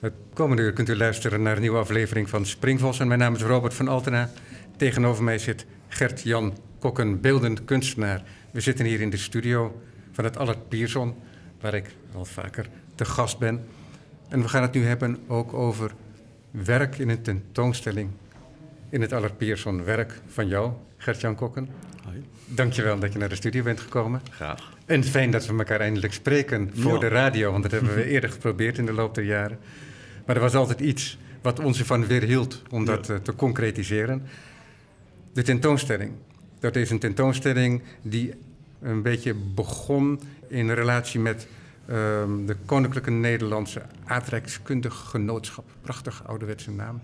Het komende uur kunt u luisteren naar een nieuwe aflevering van Springvos. En mijn naam is Robert van Altena. Tegenover mij zit Gert-Jan Kokken, beeldend kunstenaar. We zitten hier in de studio van het Allard Pierson, waar ik al vaker te gast ben. En we gaan het nu hebben ook over werk in een tentoonstelling in het Allard Pierson. Werk van jou, Gert-Jan Kokken. Hoi. Dankjewel dat je naar de studio bent gekomen. Graag. En fijn dat we elkaar eindelijk spreken voor de radio, want dat hebben we eerder geprobeerd in de loop der jaren. Maar er was altijd iets wat ons ervan weerhield om dat te concretiseren. De tentoonstelling. Dat is een tentoonstelling die een beetje begon in relatie met de Koninklijke Nederlandse Aardrijkskundig Genootschap. Prachtig ouderwetse naam.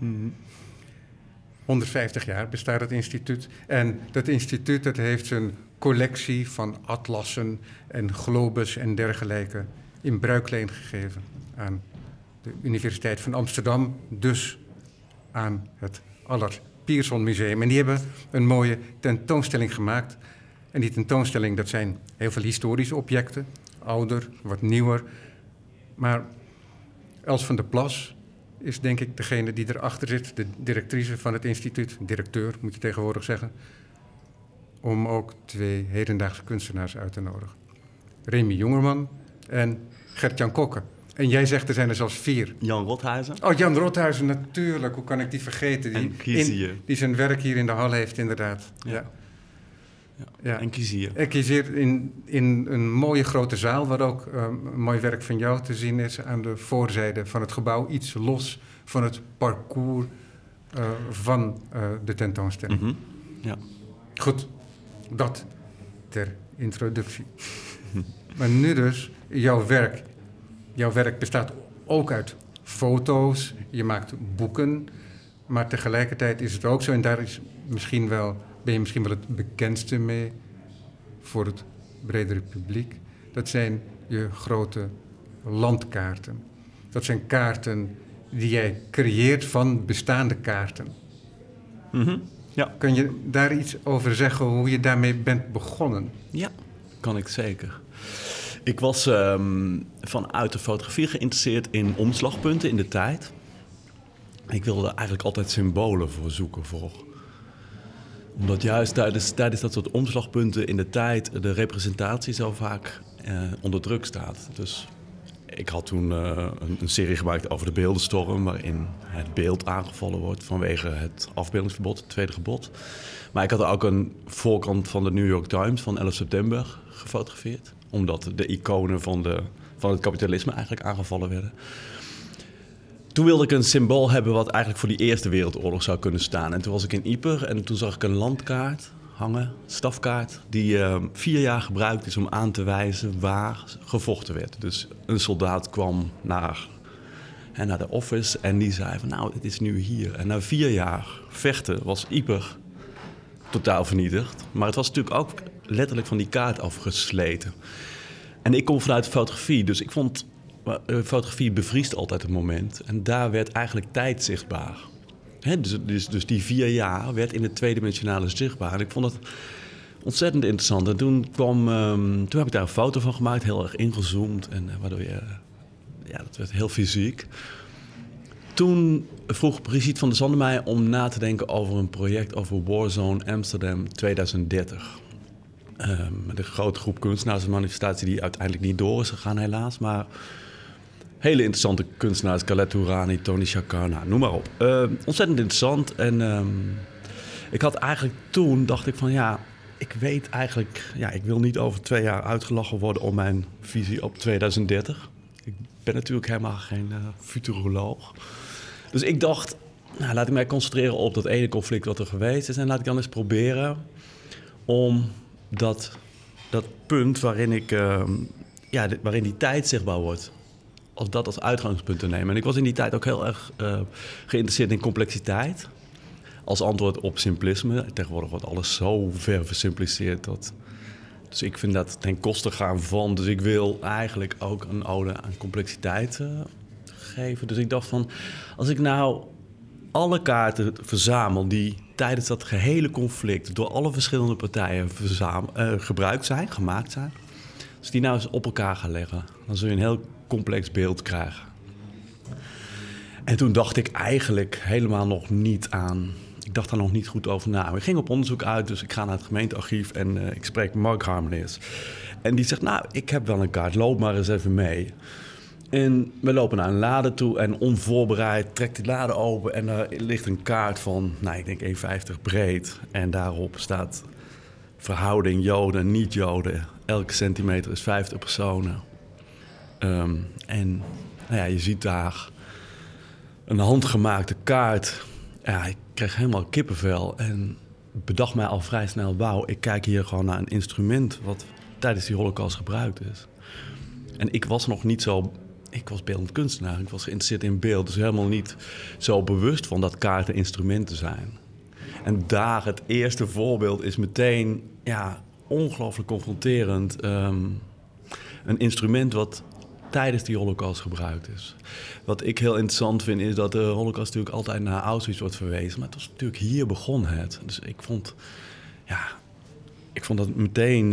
150 jaar bestaat het instituut. En dat instituut dat heeft zijn collectie van atlassen en globes en dergelijke in bruikleen gegeven aan de Universiteit van Amsterdam, dus aan het Allard Pierson Museum. En die hebben een mooie tentoonstelling gemaakt. En die tentoonstelling, dat zijn heel veel historische objecten, ouder, wat nieuwer. Maar Els van der Plas is denk ik degene die erachter zit, de directrice van het instituut, directeur moet je tegenwoordig zeggen, om ook 2 hedendaagse kunstenaars uit te nodigen. Remy Jongerman en Gert-Jan Kokken. En jij zegt er zijn er zelfs 4. Jan Rothuizen. Oh, Jan Rothuizen, natuurlijk. Hoe kan ik die vergeten? Die zijn werk hier in de hal heeft, inderdaad. Ja. En Kizier. En Kizier in een mooie grote zaal, waar ook een mooi werk van jou te zien is aan de voorzijde van het gebouw. Iets los van het parcours van de tentoonstelling. Mm-hmm. Ja. Goed, dat ter introductie. Maar nu dus jouw werk. Jouw werk bestaat ook uit foto's, je maakt boeken, maar tegelijkertijd is het ook zo, en daar is ben je misschien wel het bekendste mee voor het bredere publiek. Dat zijn je grote landkaarten. Dat zijn kaarten die jij creëert van bestaande kaarten. Mm-hmm. Ja. Kun je daar iets over zeggen, hoe je daarmee bent begonnen? Ja, kan ik zeker. Ik was vanuit de fotografie geïnteresseerd in omslagpunten in de tijd. Ik wilde er eigenlijk altijd symbolen voor zoeken. Omdat juist tijdens dat soort omslagpunten in de tijd de representatie zo vaak onder druk staat. Dus ik had toen een serie gemaakt over de beeldenstorm, waarin het beeld aangevallen wordt vanwege het afbeeldingsverbod, het tweede gebod. Maar ik had ook een voorkant van de New York Times van 11 september gefotografeerd, omdat de iconen van het kapitalisme eigenlijk aangevallen werden. Toen wilde ik een symbool hebben wat eigenlijk voor die Eerste Wereldoorlog zou kunnen staan. En toen was ik in Ieper en toen zag ik een landkaart hangen, stafkaart, die 4 jaar gebruikt is om aan te wijzen waar gevochten werd. Dus een soldaat kwam naar de office en die zei van nou, het is nu hier. En na 4 jaar vechten was Ieper totaal vernietigd. Maar het was natuurlijk ook letterlijk van die kaart afgesleten. En ik kom vanuit de fotografie, dus ik vond fotografie bevriest altijd het moment. En daar werd eigenlijk tijd zichtbaar. Dus die 4 jaar werd in het tweedimensionale zichtbaar. En ik vond het ontzettend interessant. En toen heb ik daar een foto van gemaakt, heel erg ingezoomd. En waardoor dat werd heel fysiek. Toen vroeg Brigitte van der Zanden mij om na te denken over een project over Warzone Amsterdam 2030. Met een grote groep kunstenaars, een manifestatie die uiteindelijk niet door is gegaan helaas. Maar hele interessante kunstenaars, Khaled Hourani, Tony Chakar, noem maar op. Ontzettend interessant. En ik had eigenlijk toen, dacht ik van ik weet eigenlijk, ik wil niet over 2 jaar uitgelachen worden om mijn visie op 2030. Ik ben natuurlijk helemaal geen futuroloog. Dus ik dacht, laat ik mij concentreren op dat ene conflict wat er geweest is. En laat ik dan eens proberen om dat punt waarin waarin die tijd zichtbaar wordt, als uitgangspunt te nemen. En ik was in die tijd ook heel erg geïnteresseerd in complexiteit. Als antwoord op simplisme. Tegenwoordig wordt alles zo ver versimpliceerd. Dus ik vind dat ten koste gaan van. Dus ik wil eigenlijk ook een ode aan complexiteit geven. Dus ik dacht van, als ik nou alle kaarten verzamel die tijdens dat gehele conflict door alle verschillende partijen gemaakt zijn. Als die nou eens op elkaar gaan leggen, dan zul je een heel complex beeld krijgen. En toen dacht ik eigenlijk helemaal nog niet aan... Ik dacht daar nog niet goed over na. Maar ik ging op onderzoek uit, dus ik ga naar het gemeentearchief... en ik spreek Mark Harmelis. En die zegt, nou, ik heb wel een kaart, loop maar eens even mee. En we lopen naar een lade toe en onvoorbereid trekt die lade open... en daar ligt een kaart van, nou, ik denk 1,50 breed. En daarop staat verhouding Joden, niet-Joden. Elke centimeter is 50 personen. En nou ja, je ziet daar een handgemaakte kaart. Ja, ik kreeg helemaal kippenvel en bedacht mij al vrij snel... wauw, ik kijk hier gewoon naar een instrument wat tijdens die Holocaust gebruikt is. En ik was nog niet zo... Ik was beeldend kunstenaar, ik was geïnteresseerd in beeld... dus helemaal niet zo bewust van dat kaarten instrumenten zijn. En daar het eerste voorbeeld is meteen ongelooflijk confronterend. Een instrument wat tijdens die Holocaust gebruikt is. Wat ik heel interessant vind is dat de Holocaust natuurlijk altijd naar Auschwitz wordt verwezen. Maar het was natuurlijk hier begon het. Dus ik vond dat meteen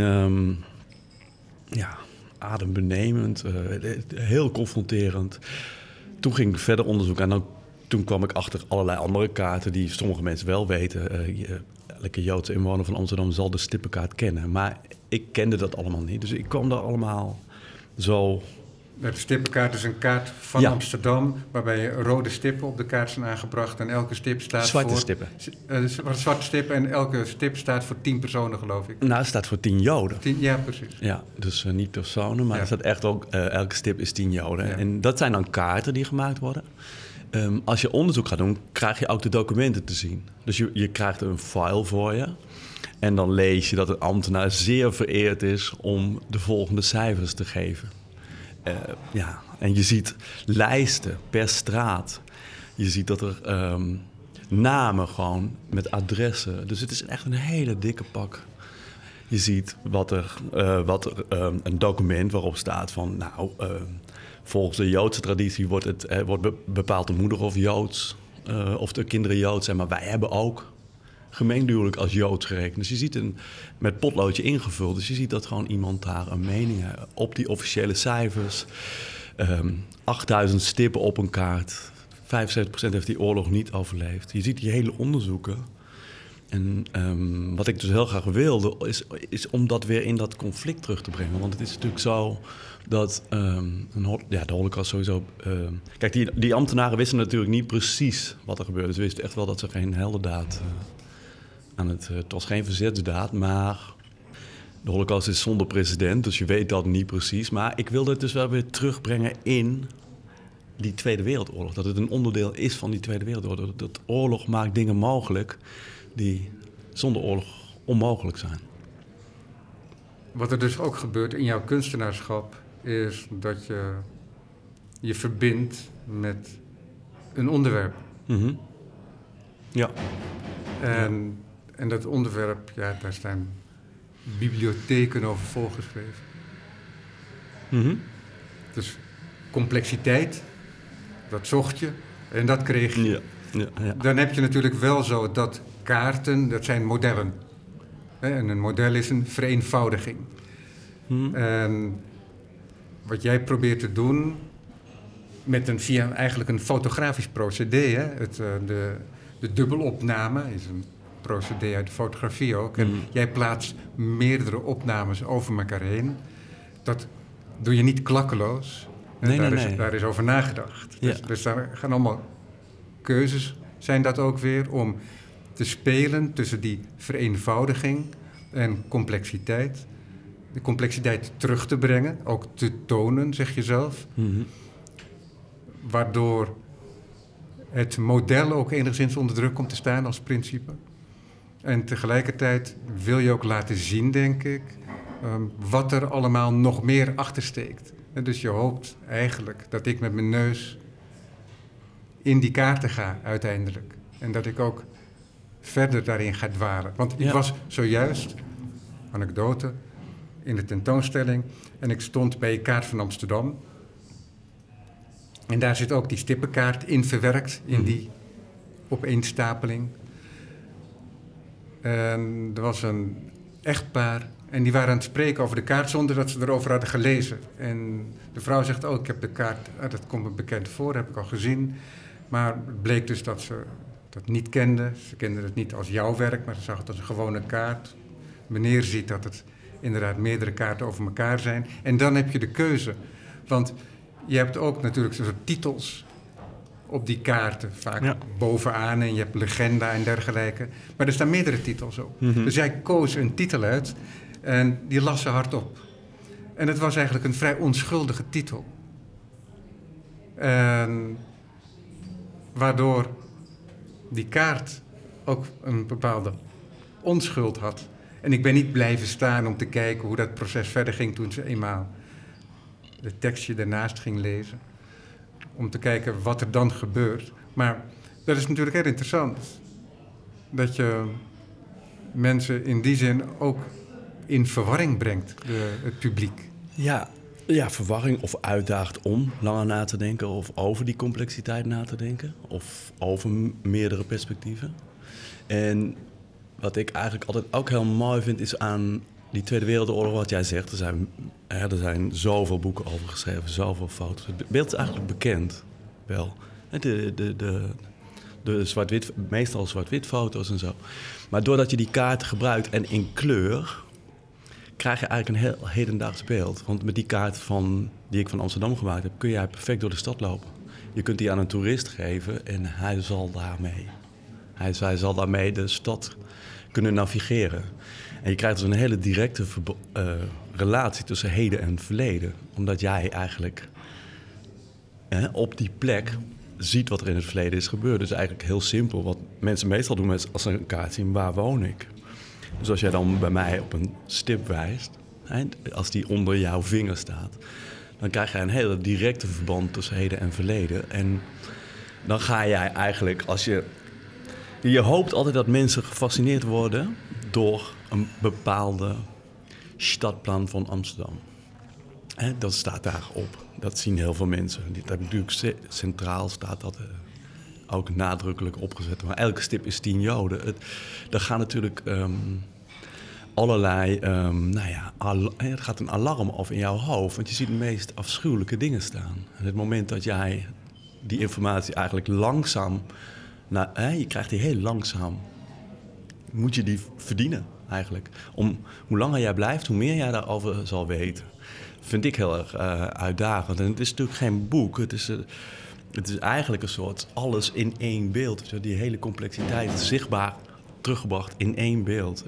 adembenemend, heel confronterend. Toen ging ik verder onderzoeken en toen kwam ik achter allerlei andere kaarten die sommige mensen wel weten. Elke Joodse inwoner van Amsterdam zal de stippenkaart kennen. Maar ik kende dat allemaal niet. Dus ik kwam daar allemaal zo... De stippenkaart is een kaart van Amsterdam... waarbij rode stippen op de kaart zijn aangebracht... en elke stip staat zwarte stippen. Zwarte stippen en elke stip staat voor 10 personen, geloof ik. Nou, het staat voor 10 Joden. 10, ja, precies. Ja, dus niet personen, maar er staat echt ook... elke stip is 10 Joden. Ja. En dat zijn dan kaarten die gemaakt worden. Als je onderzoek gaat doen, krijg je ook de documenten te zien. Dus je krijgt een file voor je... En dan lees je dat een ambtenaar zeer vereerd is... om de volgende cijfers te geven. En je ziet lijsten per straat. Je ziet dat er namen gewoon met adressen. Dus het is echt een hele dikke pak. Je ziet een document waarop staat van... volgens de Joodse traditie wordt bepaald de moeder of Joods... of de kinderen Joods zijn. Maar wij hebben ook gemengd huwelijk als Joods gerekend. Dus je ziet met potloodje ingevuld. Dus je ziet dat gewoon iemand daar een mening heeft op die officiële cijfers. 8000 stippen op een kaart. 75% heeft die oorlog niet overleefd. Je ziet die hele onderzoeken. En wat ik dus heel graag wilde, is om dat weer in dat conflict terug te brengen. Want het is natuurlijk zo dat de Holocaust sowieso... Kijk, die ambtenaren wisten natuurlijk niet precies wat er gebeurde. Ze wisten echt wel dat ze geen heldendaad... Het was geen verzetsdaad, maar de Holocaust is zonder president, dus je weet dat niet precies. Maar ik wilde het dus wel weer terugbrengen in die Tweede Wereldoorlog. Dat het een onderdeel is van die Tweede Wereldoorlog. Dat oorlog maakt dingen mogelijk die zonder oorlog onmogelijk zijn. Wat er dus ook gebeurt in jouw kunstenaarschap is dat je je verbindt met een onderwerp. Mm-hmm. Ja. En dat onderwerp, daar staan bibliotheken over volgeschreven. Mm-hmm. Dus complexiteit, dat zocht je en dat kreeg je. Ja. Dan heb je natuurlijk wel zo dat kaarten, dat zijn modellen. En een model is een vereenvoudiging. Mm-hmm. En wat jij probeert te doen via eigenlijk een fotografisch procedé, de dubbelopname is een procedé uit de fotografie ook. En jij plaatst meerdere opnames over elkaar heen. Dat doe je niet klakkeloos. Daar is over nagedacht. Ja. Dus daar gaan allemaal keuzes, zijn dat ook weer, om te spelen tussen die vereenvoudiging en complexiteit. De complexiteit terug te brengen, ook te tonen, zeg je zelf. Mm-hmm. Waardoor het model ook enigszins onder druk komt te staan als principe. En tegelijkertijd wil je ook laten zien, denk ik, wat er allemaal nog meer achter steekt. En dus je hoopt eigenlijk dat ik met mijn neus in die kaarten ga uiteindelijk. En dat ik ook verder daarin ga dwalen. Want ik was zojuist, anekdote, in de tentoonstelling. En ik stond bij Kaart van Amsterdam. En daar zit ook die stippenkaart in verwerkt, in die opeenstapeling. En er was een echtpaar en die waren aan het spreken over de kaart zonder dat ze erover hadden gelezen. En de vrouw zegt, ik heb de kaart, dat komt me bekend voor, heb ik al gezien. Maar het bleek dus dat ze dat niet kenden. Ze kenden het niet als jouw werk, maar ze zagen het als een gewone kaart. Meneer ziet dat het inderdaad meerdere kaarten over elkaar zijn. En dan heb je de keuze. Want je hebt ook natuurlijk soort titels op die kaarten, vaak bovenaan. En je hebt legenda en dergelijke. Maar er staan meerdere titels op. Mm-hmm. Dus jij koos een titel uit en die las ze hardop. En het was eigenlijk een vrij onschuldige titel. En waardoor die kaart ook een bepaalde onschuld had. En ik ben niet blijven staan om te kijken hoe dat proces verder ging toen ze eenmaal het tekstje daarnaast ging lezen. Om te kijken wat er dan gebeurt. Maar dat is natuurlijk heel interessant. Dat je mensen in die zin ook in verwarring brengt, het publiek. Ja, verwarring of uitdaagt om langer na te denken of over die complexiteit na te denken of over meerdere perspectieven. En wat ik eigenlijk altijd ook heel mooi vind is aan die Tweede Wereldoorlog, wat jij zegt, er zijn zoveel boeken over geschreven, zoveel foto's. Het beeld is eigenlijk bekend, wel. De zwart-wit, meestal zwart-wit foto's en zo. Maar doordat je die kaarten gebruikt en in kleur, krijg je eigenlijk een heel hedendaags beeld. Want met die kaart die ik van Amsterdam gemaakt heb, kun jij perfect door de stad lopen. Je kunt die aan een toerist geven en hij zal daarmee de stad kunnen navigeren. En je krijgt dus een hele directe relatie tussen heden en verleden. Omdat jij eigenlijk op die plek ziet wat er in het verleden is gebeurd. Dus eigenlijk heel simpel. Wat mensen meestal doen als ze een kaart zien, waar woon ik? Dus als jij dan bij mij op een stip wijst, als die onder jouw vinger staat, dan krijg je een hele directe verband tussen heden en verleden. En dan ga jij eigenlijk, je hoopt altijd dat mensen gefascineerd worden door een bepaalde stadplan van Amsterdam. Dat staat daarop. Dat zien heel veel mensen. Dat natuurlijk centraal staat dat ook nadrukkelijk opgezet. Maar elke stip is 10 joden. Er gaan natuurlijk allerlei... er gaat een alarm af in jouw hoofd. Want je ziet de meest afschuwelijke dingen staan. En het moment dat jij die informatie eigenlijk langzaam... je krijgt die heel langzaam. Moet je die verdienen eigenlijk. Hoe langer jij blijft, hoe meer jij daarover zal weten. Vind ik heel erg uitdagend. En het is natuurlijk geen boek. Het is eigenlijk een soort alles in één beeld. Dus die hele complexiteit zichtbaar teruggebracht in één beeld.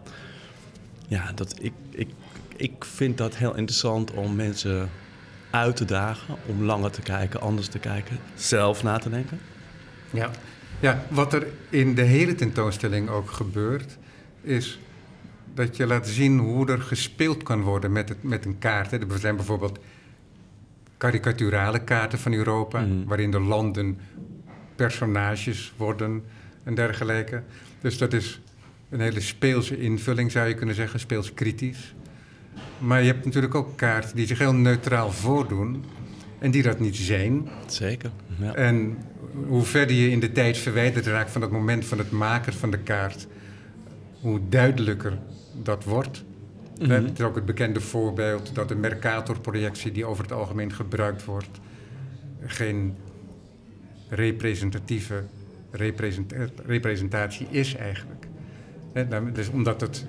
Ik vind dat heel interessant om mensen uit te dagen. Om langer te kijken, anders te kijken. Zelf na te denken. Ja, wat er in de hele tentoonstelling ook gebeurt, is dat je laat zien hoe er gespeeld kan worden met een kaart. Er zijn bijvoorbeeld karikaturale kaarten van Europa, waarin de landen personages worden en dergelijke. Dus dat is een hele speelse invulling, zou je kunnen zeggen, speelskritisch. Maar je hebt natuurlijk ook kaarten die zich heel neutraal voordoen en die dat niet zijn. Zeker, ja. En hoe verder je in de tijd verwijderd raakt van het moment van het maken van de kaart, hoe duidelijker dat wordt. Mm-hmm. Het is ook het bekende voorbeeld dat de Mercator-projectie, die over het algemeen gebruikt wordt, geen representatieve representatie is eigenlijk. Dus omdat het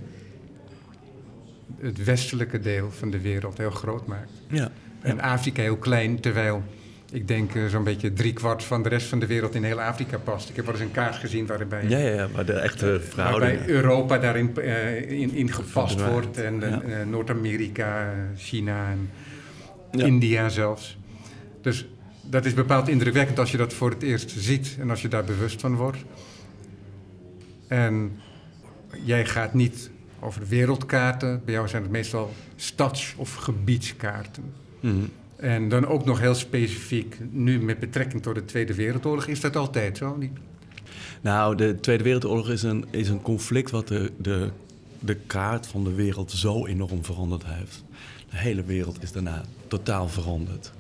westelijke deel van de wereld heel groot maakt. Ja. En Afrika heel klein, terwijl ik denk zo'n beetje 3/4 van de rest van de wereld in heel Afrika past. Ik heb wel eens een kaart gezien waarbij... Ja, maar de echte verhoudingen... Waarbij Europa daarin in gepast wordt. En Noord-Amerika, China en India zelfs. Dus dat is bepaald indrukwekkend als je dat voor het eerst ziet. En als je daar bewust van wordt. En jij gaat niet over wereldkaarten. Bij jou zijn het meestal stads- of gebiedskaarten. Mm-hmm. En dan ook nog heel specifiek, nu met betrekking tot de Tweede Wereldoorlog, is dat altijd zo? Nou, de Tweede Wereldoorlog is een conflict wat de kaart van de wereld zo enorm veranderd heeft. De hele wereld is daarna totaal veranderd.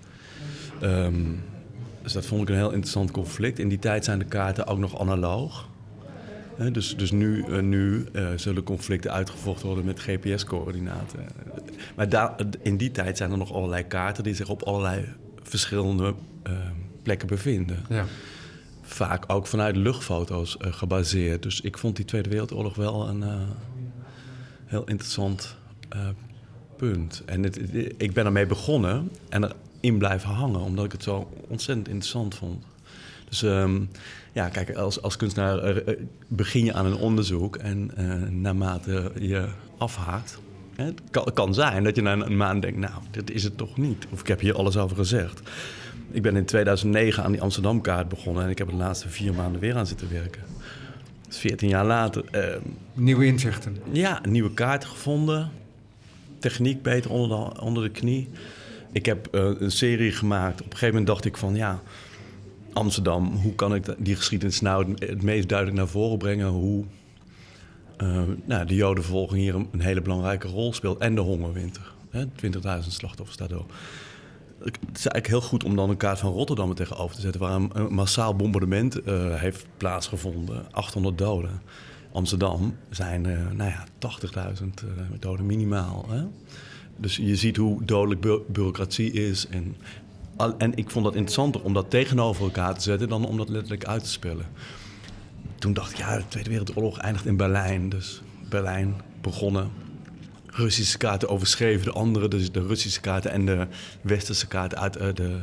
Dus dat vond ik een heel interessant conflict. In die tijd zijn de kaarten ook nog analoog. Dus nu zullen conflicten uitgevochten worden met GPS-coördinaten. Maar in die tijd zijn er nog allerlei kaarten die zich op allerlei verschillende plekken bevinden. Ja. vaak ook vanuit luchtfoto's gebaseerd. Dus ik vond die Tweede Wereldoorlog wel een heel interessant punt. En ik ben ermee begonnen en erin blijven hangen, omdat ik het zo ontzettend interessant vond. Dus kijk, als kunstenaar begin je aan een onderzoek en naarmate je afhaakt, het kan zijn dat je na een maand denkt, nou, dit is het toch niet. Of ik heb hier alles over gezegd. Ik ben in 2009 aan die Amsterdam-kaart begonnen en ik heb er de laatste 4 maanden weer aan zitten werken. Dus 14 jaar later. Nieuwe inzichten. Ja, een nieuwe kaart gevonden. Techniek beter onder de knie. Ik heb een serie gemaakt. Op een gegeven moment dacht ik van, ja, Amsterdam, hoe kan ik die geschiedenis nou het meest duidelijk naar voren brengen? Hoe de Jodenvervolging hier een hele belangrijke rol speelt. En de hongerwinter. 20.000 slachtoffers daardoor. Het is eigenlijk heel goed om dan een kaart van Rotterdam er tegenover te zetten, waar een massaal bombardement heeft plaatsgevonden. 800 doden. Amsterdam zijn 80.000 doden minimaal. Hè? Dus je ziet hoe dodelijk bureaucratie is. En ik vond dat interessanter om dat tegenover elkaar te zetten dan om dat letterlijk uit te spellen. Toen dacht ik, ja, de Tweede Wereldoorlog eindigt in Berlijn. Dus Berlijn begonnen. Russische kaarten overschreven de andere, dus de Russische kaarten en de Westerse kaarten uit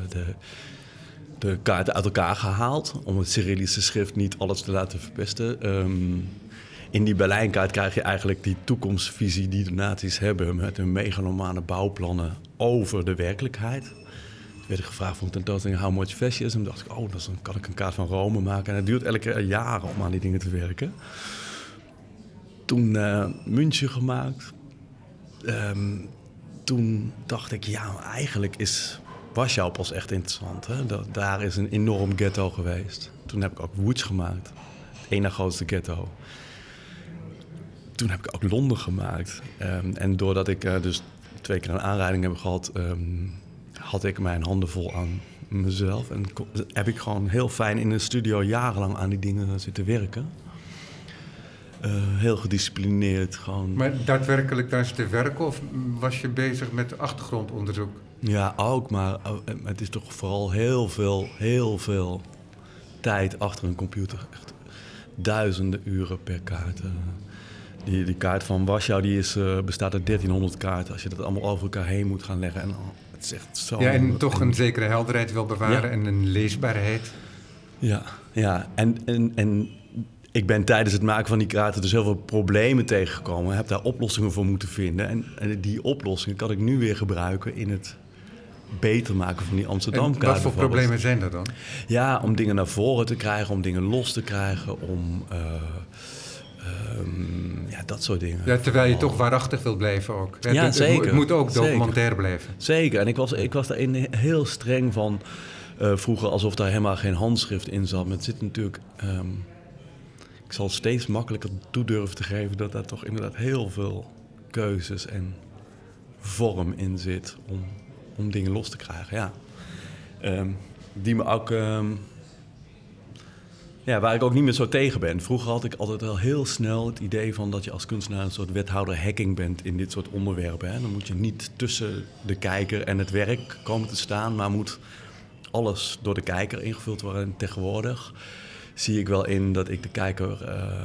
de kaarten uit elkaar gehaald, om het Cyrillische schrift niet alles te laten verpesten. In die Berlijnkaart krijg je eigenlijk die toekomstvisie die de nazi's hebben met hun megalomane bouwplannen over de werkelijkheid. Toen werd ik gevraagd voor een tentoonstelling How Much Fascism. Toen dacht ik, dan kan ik een kaart van Rome maken. En het duurt elke keer jaren om aan die dingen te werken. Toen München gemaakt. Toen dacht ik, ja, eigenlijk is Warschau pas echt interessant. Hè? Daar is een enorm ghetto geweest. Toen heb ik ook Łódź gemaakt. Het ene grootste ghetto. Toen heb ik ook Londen gemaakt. En doordat ik dus 2 keer een aanrijding heb gehad, had ik mijn handen vol aan mezelf. En heb ik gewoon heel fijn in een studio jarenlang aan die dingen zitten werken. Heel gedisciplineerd. Gewoon. Maar daadwerkelijk daar te werken of was je bezig met achtergrondonderzoek? Ja, ook. Maar het is toch vooral heel veel tijd achter een computer. Echt duizenden uren per kaart. Die kaart van Warschau bestaat uit 1300 kaarten. Als je dat allemaal over elkaar heen moet gaan leggen. En het is echt zo... Ja, en toch een zekere helderheid wil bewaren en een leesbaarheid. Ja. En ik ben tijdens het maken van die kaarten dus heel veel problemen tegengekomen. Heb daar oplossingen voor moeten vinden. En die oplossingen kan ik nu weer gebruiken in het beter maken van die Amsterdam-kaart. En wat voor problemen zijn er dan? Ja, om dingen naar voren te krijgen, om dingen los te krijgen, om dat soort dingen. Ja, terwijl je toch waarachtig wil blijven ook. Ja, zeker. Het moet ook documentair blijven. Zeker. En ik was daarin heel streng van vroeger, alsof daar helemaal geen handschrift in zat. Maar het zit natuurlijk... ik zal steeds makkelijker toe durven te geven dat daar toch inderdaad heel veel keuzes en vorm in zit om dingen los te krijgen. Ja. Die me ook... waar ik ook niet meer zo tegen ben. Vroeger had ik altijd wel heel snel het idee van dat je als kunstenaar een soort wethouder hacking bent in dit soort onderwerpen. Hè. Dan moet je niet tussen de kijker en het werk komen te staan, maar moet alles door de kijker ingevuld worden. En tegenwoordig zie ik wel in dat ik de kijker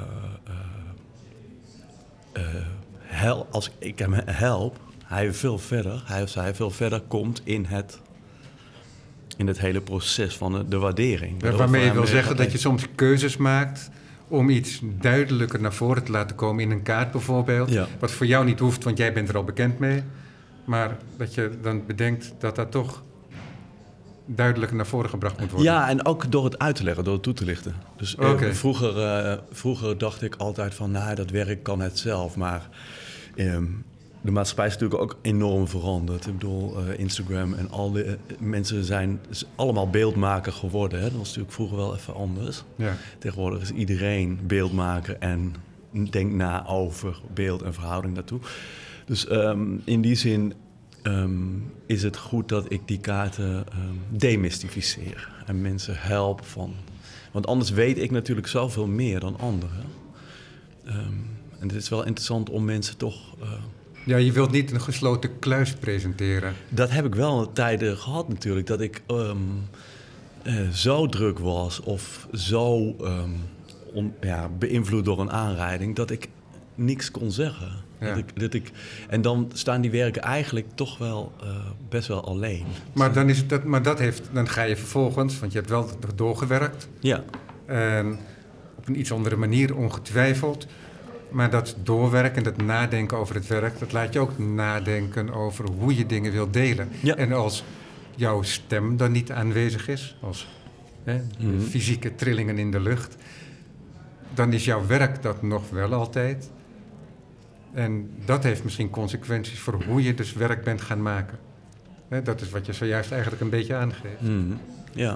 als ik hem help, hij veel verder, hij of zij veel verder komt in het hele proces van de waardering. Ja, waarmee je wil zeggen dat je soms keuzes maakt om iets duidelijker naar voren te laten komen in een kaart bijvoorbeeld. Ja. Wat voor jou niet hoeft, want jij bent er al bekend mee. Maar dat je dan bedenkt dat dat toch duidelijker naar voren gebracht moet worden. Ja, en ook door het uit te leggen, door het toe te lichten. Dus vroeger dacht ik altijd van, dat werk kan het zelf. Maar de maatschappij is natuurlijk ook enorm veranderd. Ik bedoel, Instagram en al die mensen zijn allemaal beeldmaker geworden. Hè? Dat was natuurlijk vroeger wel even anders. Ja. Tegenwoordig is iedereen beeldmaker en denkt na over beeld en verhouding daartoe. Dus in die zin is het goed dat ik die kaarten demystificeer en mensen help van. Want anders weet ik natuurlijk zoveel meer dan anderen. En het is wel interessant om mensen toch... Ja, je wilt niet een gesloten kluis presenteren. Dat heb ik wel tijden gehad natuurlijk. Dat ik zo druk was of zo beïnvloed door een aanrijding dat ik niks kon zeggen. Ja. En dan staan die werken eigenlijk toch wel best wel alleen. Maar dan ga je vervolgens, want je hebt wel doorgewerkt. Ja. Op een iets andere manier, ongetwijfeld. Maar dat doorwerken, dat nadenken over het werk, dat laat je ook nadenken over hoe je dingen wilt delen. Ja. En als jouw stem dan niet aanwezig is, als fysieke trillingen in de lucht, dan is jouw werk dat nog wel altijd. En dat heeft misschien consequenties voor hoe je dus werk bent gaan maken. Dat is wat je zojuist eigenlijk een beetje aangeeft. Ja.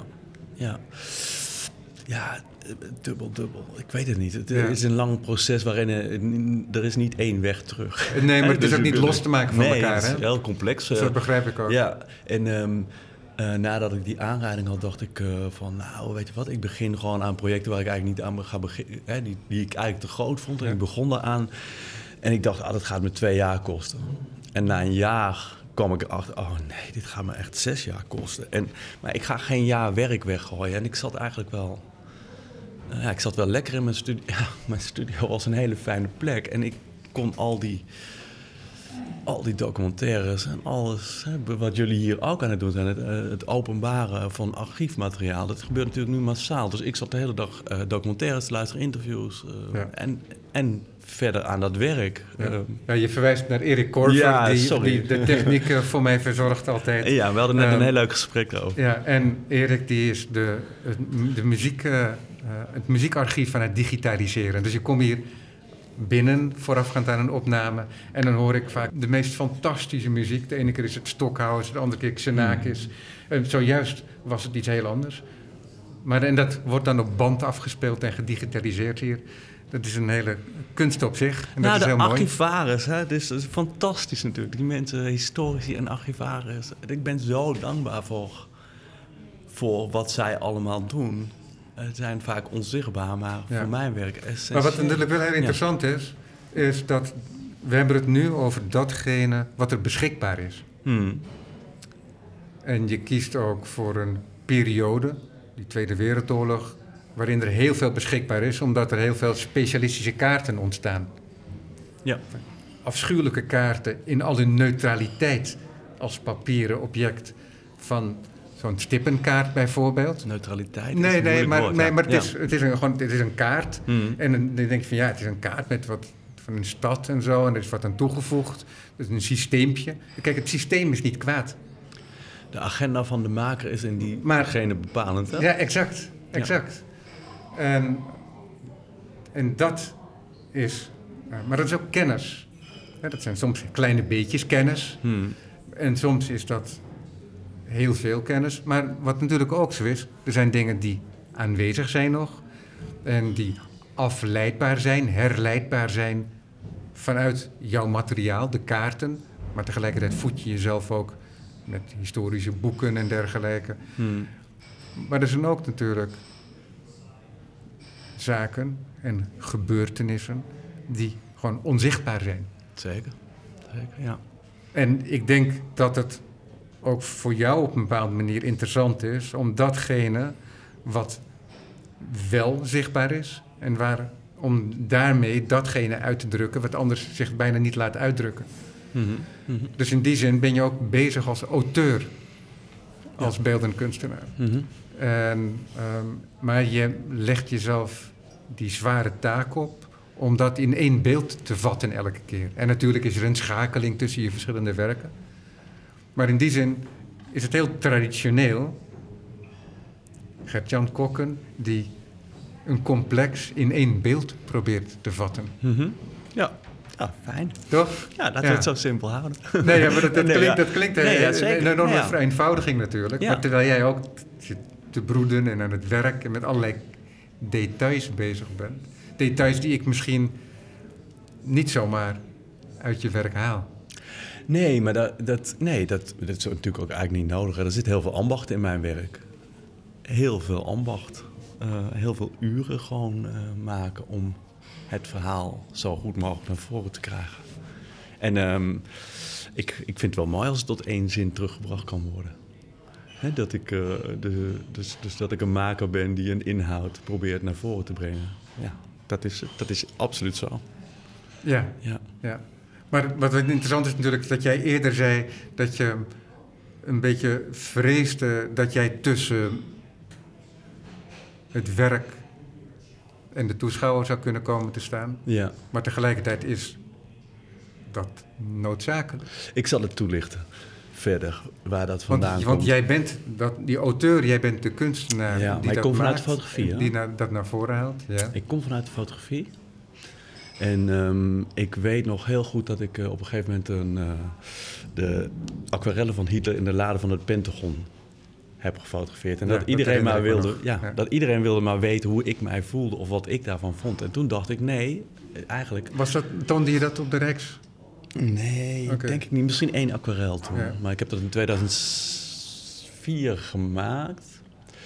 Ja, dubbel. Ik weet het niet. Het is een lang proces waarin er is niet één weg terug. Nee, maar het is ook niet los te maken van elkaar. Het is heel complex. Dat begrijp ik ook. Ja, en nadat ik die aanrijding had, dacht ik van... Nou, weet je wat, ik begin gewoon aan projecten waar ik eigenlijk niet aan ga beginnen. Die ik eigenlijk te groot vond. En ik begon daaraan. En ik dacht, dat gaat me 2 jaar kosten. En na een jaar kwam ik erachter, oh nee, dit gaat me echt 6 jaar kosten. Maar ik ga geen jaar werk weggooien. En ik zat eigenlijk wel... ik zat wel lekker in mijn studio. Ja, mijn studio was een hele fijne plek. En ik kon al die documentaires en alles... wat jullie hier ook aan het doen zijn... het openbaren van archiefmateriaal... dat gebeurt natuurlijk nu massaal. Dus ik zat de hele dag documentaires te luisteren, interviews... en verder aan dat werk. Ja, je verwijst naar Erik Korver, die de techniek voor mij verzorgt altijd. Ja, we hadden net een heel leuk gesprek over. Ja, en Erik die is het muziekarchief aan het digitaliseren. Dus je komt hier binnen, voorafgaand aan een opname... en dan hoor ik vaak de meest fantastische muziek. De ene keer is het Stockhausen, de andere keer Xenakis. En zojuist was het iets heel anders. En dat wordt dan op band afgespeeld en gedigitaliseerd hier... Dat is een hele kunst op zich. En dat is heel mooi. Archivaris, hè? Dus dat is fantastisch natuurlijk. Die mensen, historici en archivaris. Ik ben zo dankbaar voor wat zij allemaal doen. Het zijn vaak onzichtbaar, maar voor mijn werk essentieel. Maar wat natuurlijk wel heel interessant is dat we hebben het nu over datgene wat er beschikbaar is. En je kiest ook voor een periode, die Tweede Wereldoorlog... waarin er heel veel beschikbaar is, omdat er heel veel specialistische kaarten ontstaan. Ja. Afschuwelijke kaarten in al hun neutraliteit als papieren object van zo'n stippenkaart bijvoorbeeld. Neutraliteit? Maar het is een kaart. En dan denk je van het is een kaart met wat van een stad en zo, en er is wat aan toegevoegd. Dus een systeempje. Kijk, het systeem is niet kwaad. De agenda van de maker is in diegene bepalend, hè? Ja, exact. Ja. En dat is... maar dat is ook kennis. Dat zijn soms kleine beetjes kennis. En soms is dat heel veel kennis. Maar wat natuurlijk ook zo is... er zijn dingen die aanwezig zijn nog... en die afleidbaar zijn, herleidbaar zijn... vanuit jouw materiaal, de kaarten. Maar tegelijkertijd voed je jezelf ook... met historische boeken en dergelijke. Maar er zijn ook natuurlijk... zaken en gebeurtenissen die gewoon onzichtbaar zijn. Zeker, ja. En ik denk dat het ook voor jou op een bepaalde manier interessant is... om datgene wat wel zichtbaar is... en om daarmee datgene uit te drukken... wat anders zich bijna niet laat uitdrukken. Dus in die zin ben je ook bezig als auteur... als beeldend kunstenaar. Maar je legt jezelf die zware taak op om dat in één beeld te vatten elke keer. En natuurlijk is er een schakeling tussen je verschillende werken. Maar in die zin is het heel traditioneel. Gert-Jan Kokken die een complex in één beeld probeert te vatten. Ja, fijn. Toch? Ja, laten we het zo simpel houden. Nee, maar dat klinkt een enorme Ja. vereenvoudiging natuurlijk. Ja. Maar terwijl jij ook zit te broeden en aan het werk en met allerlei details bezig bent. Details die ik misschien niet zomaar uit je werk haal. Nee, maar dat is natuurlijk ook eigenlijk niet nodig. Er zit heel veel ambacht in mijn werk. Heel veel ambacht. Heel veel uren gewoon maken om het verhaal zo goed mogelijk naar voren te krijgen. En ik vind het wel mooi als het tot één zin teruggebracht kan worden. Dus dat ik een maker ben die een inhoud probeert naar voren te brengen. Ja, dat is absoluut zo. Ja. Maar wat interessant is natuurlijk dat jij eerder zei dat je een beetje vreesde dat jij tussen het werk en de toeschouwer zou kunnen komen te staan. Ja. Maar tegelijkertijd is dat noodzakelijk. Ik zal het toelichten verder, waar dat vandaan komt. Want jij bent die auteur, jij bent de kunstenaar die maar dat ik kom vanuit de maakt, fotografie. die dat naar voren haalt. Ja. Ik kom vanuit de fotografie. En ik weet nog heel goed dat ik op een gegeven moment de aquarellen van Hitler in de lade van het Pentagon heb gefotografeerd. En dat iedereen wilde maar weten hoe ik mij voelde of wat ik daarvan vond. En toen dacht ik, nee, eigenlijk... Toonde je dat op de Rijks? Nee, denk ik niet. Misschien 1 aquarel toen. Ja. Maar ik heb dat in 2004 gemaakt.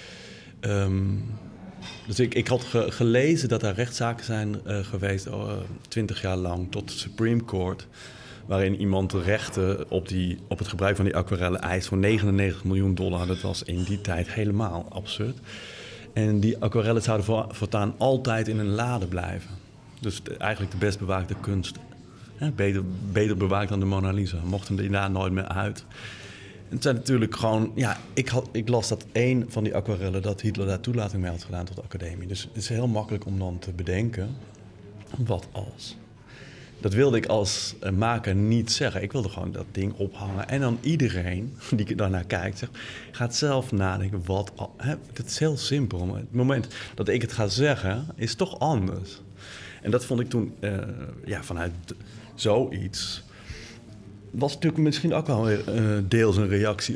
Dus ik had gelezen dat er rechtszaken zijn geweest 20 jaar lang tot de Supreme Court, waarin iemand de rechten op het gebruik van die aquarellen eist voor $99 miljoen. Dat was in die tijd helemaal absurd. En die aquarellen zouden voortaan altijd in een lade blijven. Dus eigenlijk de best bewaakte kunst. Beter bewaakt dan de Mona Lisa. Mochten die daar nooit meer uit. En het zijn natuurlijk gewoon... Ja, ik las dat 1 van die aquarellen, dat Hitler daar toelating mee had gedaan tot de academie. Dus het is heel makkelijk om dan te bedenken, wat als? Dat wilde ik als maker niet zeggen. Ik wilde gewoon dat ding ophangen. En dan iedereen die daarnaar kijkt, zegt, gaat zelf nadenken, wat al? Dat is heel simpel. Maar het moment dat ik het ga zeggen, is toch anders. En dat vond ik toen, vanuit zoiets... was natuurlijk misschien ook wel deels een reactie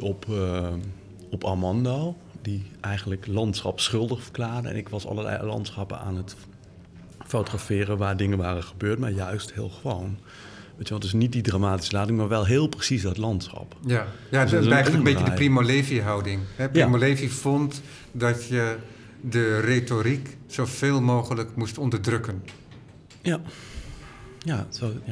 op Armando, die eigenlijk landschap schuldig verklaarde. En ik was allerlei landschappen aan het fotograferen waar dingen waren gebeurd, maar juist heel gewoon. Weet je wel, dus niet die dramatische lading, maar wel heel precies dat landschap. Ja, dus dat is eigenlijk een beetje de Primo Levi-houding. Primo Levi vond dat je de retoriek zoveel mogelijk moest onderdrukken. Ja. Ja.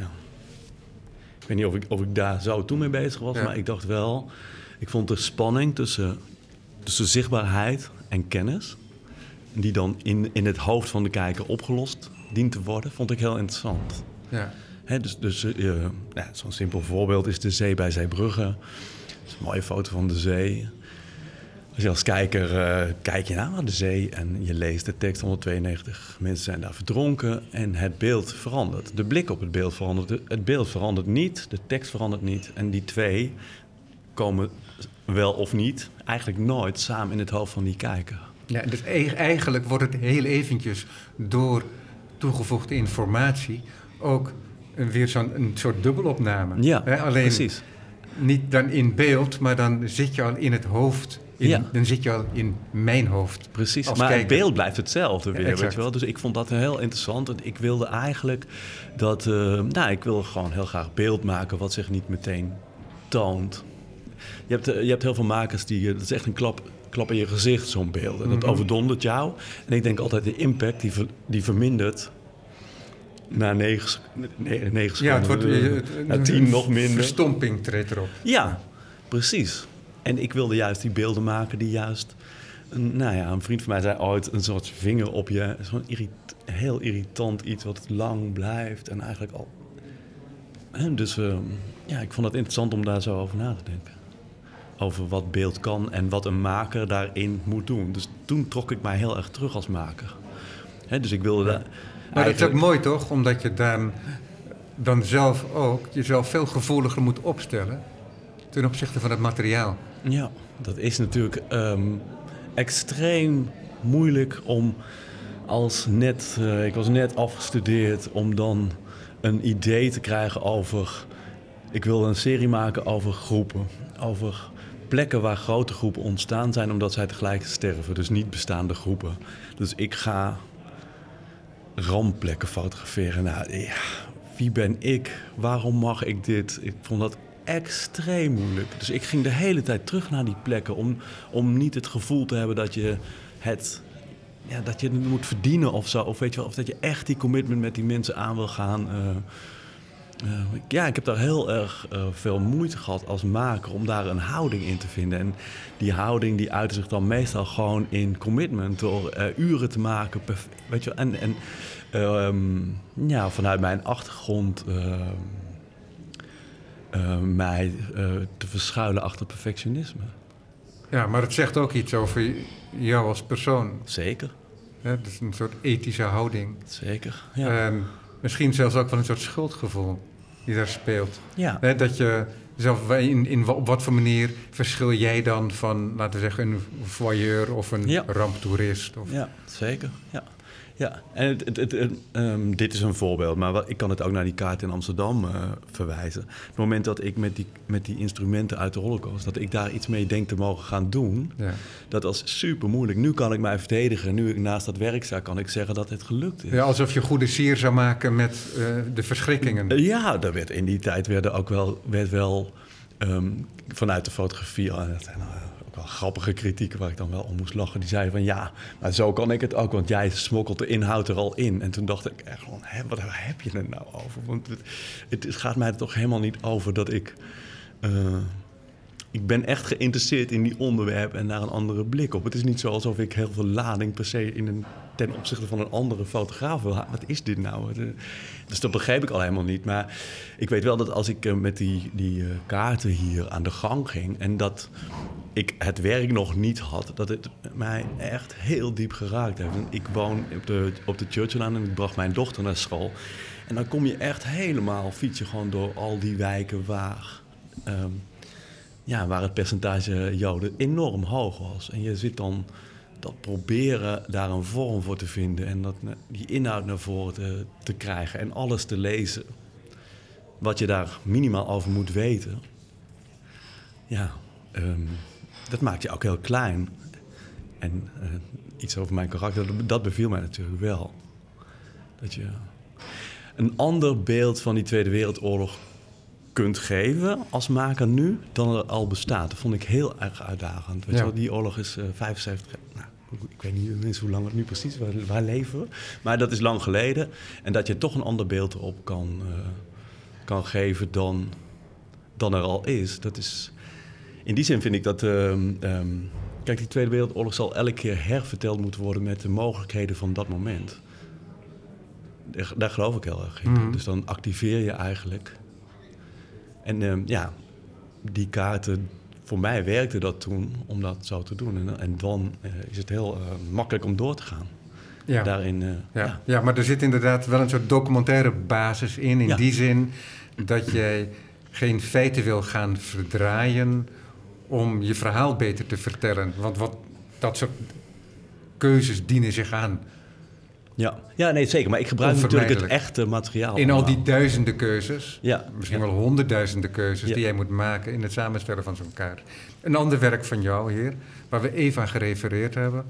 Ik weet niet of ik daar zo toen mee bezig was, maar ik dacht wel... Ik vond de spanning tussen zichtbaarheid en kennis, die dan in het hoofd van de kijker opgelost dient te worden, vond ik heel interessant. Ja. Zo'n simpel voorbeeld is de zee bij Zeebrugge. Dat is een mooie foto van de zee. Als je als kijker kijk je naar de zee en je leest de tekst, 192 mensen zijn daar verdronken en het beeld verandert. De blik op het beeld verandert. Het beeld verandert niet, de tekst verandert niet. En die twee komen wel of niet eigenlijk nooit samen in het hoofd van die kijker. Ja, dus eigenlijk wordt het heel eventjes door toegevoegde informatie ook weer een soort dubbelopname. Ja, alleen precies. Niet dan in beeld, maar dan zit je al in het hoofd. Dan zit je al in mijn hoofd. Precies, maar kijker. Het beeld blijft hetzelfde weer, weet je wel. Dus ik vond dat heel interessant. En ik wilde eigenlijk dat... ik wil gewoon heel graag beeld maken wat zich niet meteen toont. Je hebt heel veel makers die... Dat is echt een klap in je gezicht, zo'n beeld. En dat overdondert jou. En ik denk altijd, de impact die vermindert... Na 9 seconden. Ja, het wordt 10 nog minder. Verstomping treedt erop. Ja, precies. En ik wilde juist die beelden maken die juist... een vriend van mij zei ooit een soort vinger op je... Zo'n heel irritant iets wat lang blijft en eigenlijk al... Dus ik vond het interessant om daar zo over na te denken. Over wat beeld kan en wat een maker daarin moet doen. Dus toen trok ik mij heel erg terug als maker. Dus ik wilde daar... Maar dat is ook mooi toch? Omdat je dan zelf ook jezelf veel gevoeliger moet opstellen ten opzichte van het materiaal. Ja, dat is natuurlijk extreem moeilijk om ik was net afgestudeerd, om dan een idee te krijgen over... Ik wilde een serie maken over groepen, over plekken waar grote groepen ontstaan zijn omdat zij tegelijk sterven, dus niet bestaande groepen. Dus ik ga ramplekken fotograferen. Wie ben ik? Waarom mag ik dit? Ik vond dat extreem moeilijk. Dus ik ging de hele tijd terug naar die plekken om niet het gevoel te hebben dat je het moet verdienen of zo. Of weet je wel, of dat je echt die commitment met die mensen aan wil gaan. Ik heb daar heel erg veel moeite gehad als maker om daar een houding in te vinden. En die houding die uitte zich dan meestal gewoon in commitment door uren te maken. Weet je, vanuit mijn achtergrond mij te verschuilen achter perfectionisme. Ja, maar het zegt ook iets over jou als persoon. Zeker. Het is een soort ethische houding. Zeker, ja. En misschien zelfs ook wel een soort schuldgevoel die daar speelt. Ja. Dat je zelf op wat voor manier verschil jij dan van, laten we zeggen, een voyeur of een ramptoerist? Of... Ja, zeker. Ja. En dit is een voorbeeld, maar ik kan het ook naar die kaart in Amsterdam verwijzen. Het moment dat ik met die instrumenten uit de Holocaust, dat ik daar iets mee denk te mogen gaan doen, dat was super moeilijk. Nu kan ik mij verdedigen. Nu ik naast dat werk sta, kan ik zeggen dat het gelukt is. Ja, alsof je goede sier zou maken met de verschrikkingen. Ja, in die tijd werd wel vanuit de fotografie... dat zijn ook wel grappige kritieken waar ik dan wel om moest lachen. Die zeiden van ja, maar zo kan ik het ook, want jij smokkelt de inhoud er al in. En toen dacht ik echt gewoon, wat heb je er nou over? Want het gaat mij er toch helemaal niet over dat ik... Ik ben echt geïnteresseerd in die onderwerpen en daar een andere blik op. Het is niet zo alsof ik heel veel lading per se ten opzichte van een andere fotograaf wil halen. Wat is dit nou? Dus dat begreep ik al helemaal niet. Maar ik weet wel dat als ik met die kaarten hier aan de gang ging en dat ik het werk nog niet had, dat het mij echt heel diep geraakt heeft. En ik woon op de Churchilllaan en ik bracht mijn dochter naar school. En dan kom je echt helemaal, fiets je gewoon door al die wijken waar het percentage Joden enorm hoog was. En je zit dan dat proberen daar een vorm voor te vinden en die inhoud naar voren te krijgen en alles te lezen wat je daar minimaal over moet weten. Dat maakt je ook heel klein. En iets over mijn karakter, dat beviel mij natuurlijk wel. Dat je een ander beeld van die Tweede Wereldoorlog kunt geven als maker nu dan er al bestaat. Dat vond ik heel erg uitdagend. Weet je wel, die oorlog is 75... Nou, ik weet niet eens hoe lang het nu precies... Waar leven we? Maar dat is lang geleden. En dat je toch een ander beeld erop kan geven dan er al is. Dat is... In die zin vind ik dat... kijk, die Tweede Wereldoorlog zal elke keer herverteld moeten worden met de mogelijkheden van dat moment. Daar geloof ik heel erg in. Mm-hmm. Dus dan activeer je eigenlijk... En die kaarten, voor mij werkte dat toen om dat zo te doen. En dan is het heel makkelijk om door te gaan. Ja. Daarin, ja, maar er zit inderdaad wel een soort documentaire basis in die zin dat jij geen feiten wil gaan verdraaien om je verhaal beter te vertellen. Want dat soort keuzes dienen zich aan. Ja, nee, zeker. Maar ik gebruik natuurlijk het echte materiaal. In al die duizenden keuzes, misschien wel honderdduizenden keuzes die jij moet maken in het samenstellen van zo'n kaart. Een ander werk van jou hier, waar we even aan gerefereerd hebben.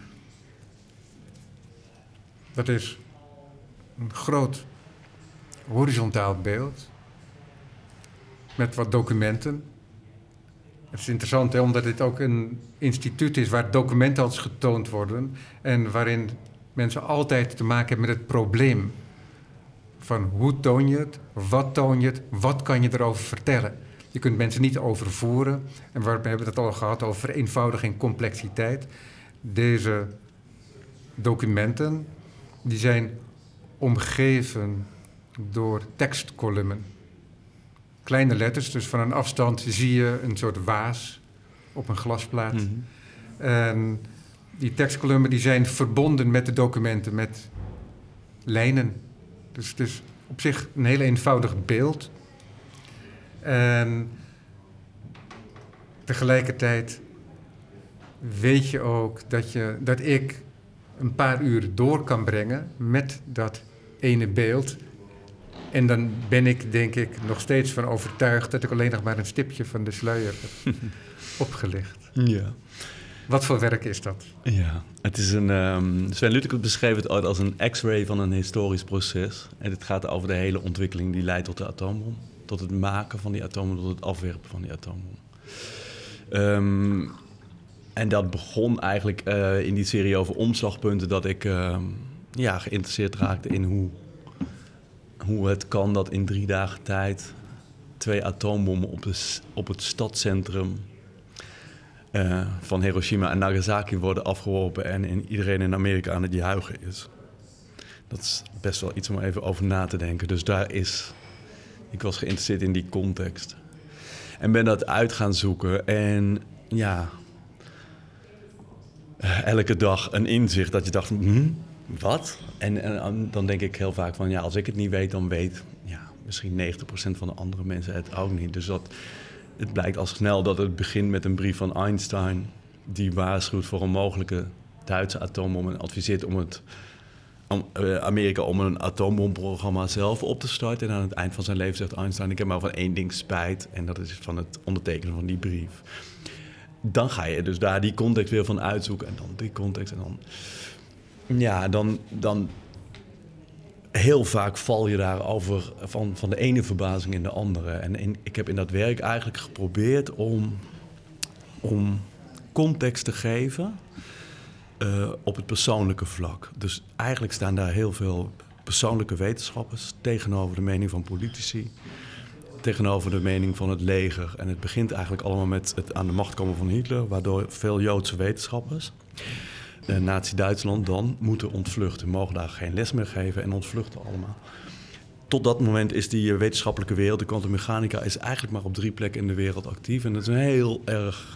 Dat is een groot horizontaal beeld met wat documenten. Het is interessant, hè, omdat dit ook een instituut is waar documenten als getoond worden en waarin mensen altijd te maken hebben met het probleem van hoe toon je het, wat kan je erover vertellen. Je kunt mensen niet overvoeren en we hebben het al gehad over vereenvoudiging en complexiteit. Deze documenten die zijn omgeven door tekstkolumnen. Kleine letters, dus van een afstand zie je een soort waas op een glasplaat. Mm-hmm. En die tekstkolumnen die zijn verbonden met de documenten, met lijnen. Dus het is op zich een heel eenvoudig beeld. En tegelijkertijd weet je ook dat ik een paar uur door kan brengen met dat ene beeld. En dan ben ik, denk ik, nog steeds van overtuigd dat ik alleen nog maar een stipje van de sluier heb opgelicht. Ja. Wat voor werk is dat? Ja, het is Sven Lutikert beschreef het ooit als een x-ray van een historisch proces. En het gaat over de hele ontwikkeling die leidt tot de atoombom. Tot het maken van die atoombom, tot het afwerpen van die atoombom. En dat begon eigenlijk in die serie over omslagpunten dat ik geïnteresseerd raakte in hoe het kan dat in 3 dagen tijd 2 atoombommen op het stadscentrum van Hiroshima en Nagasaki worden afgeworpen en iedereen in Amerika aan het juichen is. Dat is best wel iets om even over na te denken. Dus ik was geïnteresseerd in die context. En ben dat uit gaan zoeken en ja, elke dag een inzicht dat je dacht, wat? En dan denk ik heel vaak van, ja, als ik het niet weet, dan weet misschien 90% van de andere mensen het ook niet. Dus het blijkt al snel dat het begint met een brief van Einstein, die waarschuwt voor een mogelijke Duitse atoombom en adviseert om Amerika om een atoombomprogramma zelf op te starten. En aan het eind van zijn leven zegt Einstein, ik heb maar van 1 ding spijt, en dat is van het ondertekenen van die brief. Dan ga je dus daar die context weer van uitzoeken en dan die context en dan... Ja, dan heel vaak val je daarover van de ene verbazing in de andere. En ik heb in dat werk eigenlijk geprobeerd om context te geven op het persoonlijke vlak. Dus eigenlijk staan daar heel veel persoonlijke wetenschappers tegenover de mening van politici, tegenover de mening van het leger. En het begint eigenlijk allemaal met het aan de macht komen van Hitler, waardoor veel Joodse wetenschappers Nazi-Duitsland dan moeten ontvluchten. Mogen daar geen les meer geven en ontvluchten allemaal. Tot dat moment is die wetenschappelijke wereld, de kwantummechanica, is eigenlijk maar op 3 plekken in de wereld actief. En dat is een heel erg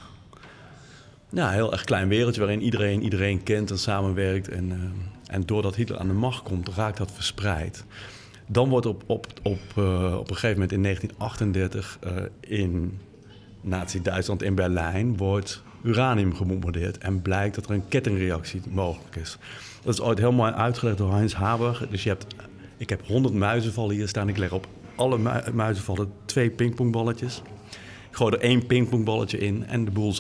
klein wereldje waarin iedereen kent en samenwerkt. En doordat Hitler aan de macht komt, raakt dat verspreid. Dan wordt op een gegeven moment in 1938 in Nazi-Duitsland in Berlijn wordt uranium gebombardeerd en blijkt dat er een kettingreactie mogelijk is. Dat is ooit heel mooi uitgelegd door Heinz Haber. Dus ik heb 100 muizenvallen hier staan. Ik leg op alle muizenvallen 2 pingpongballetjes. Ik gooi er 1 pingpongballetje in en de boel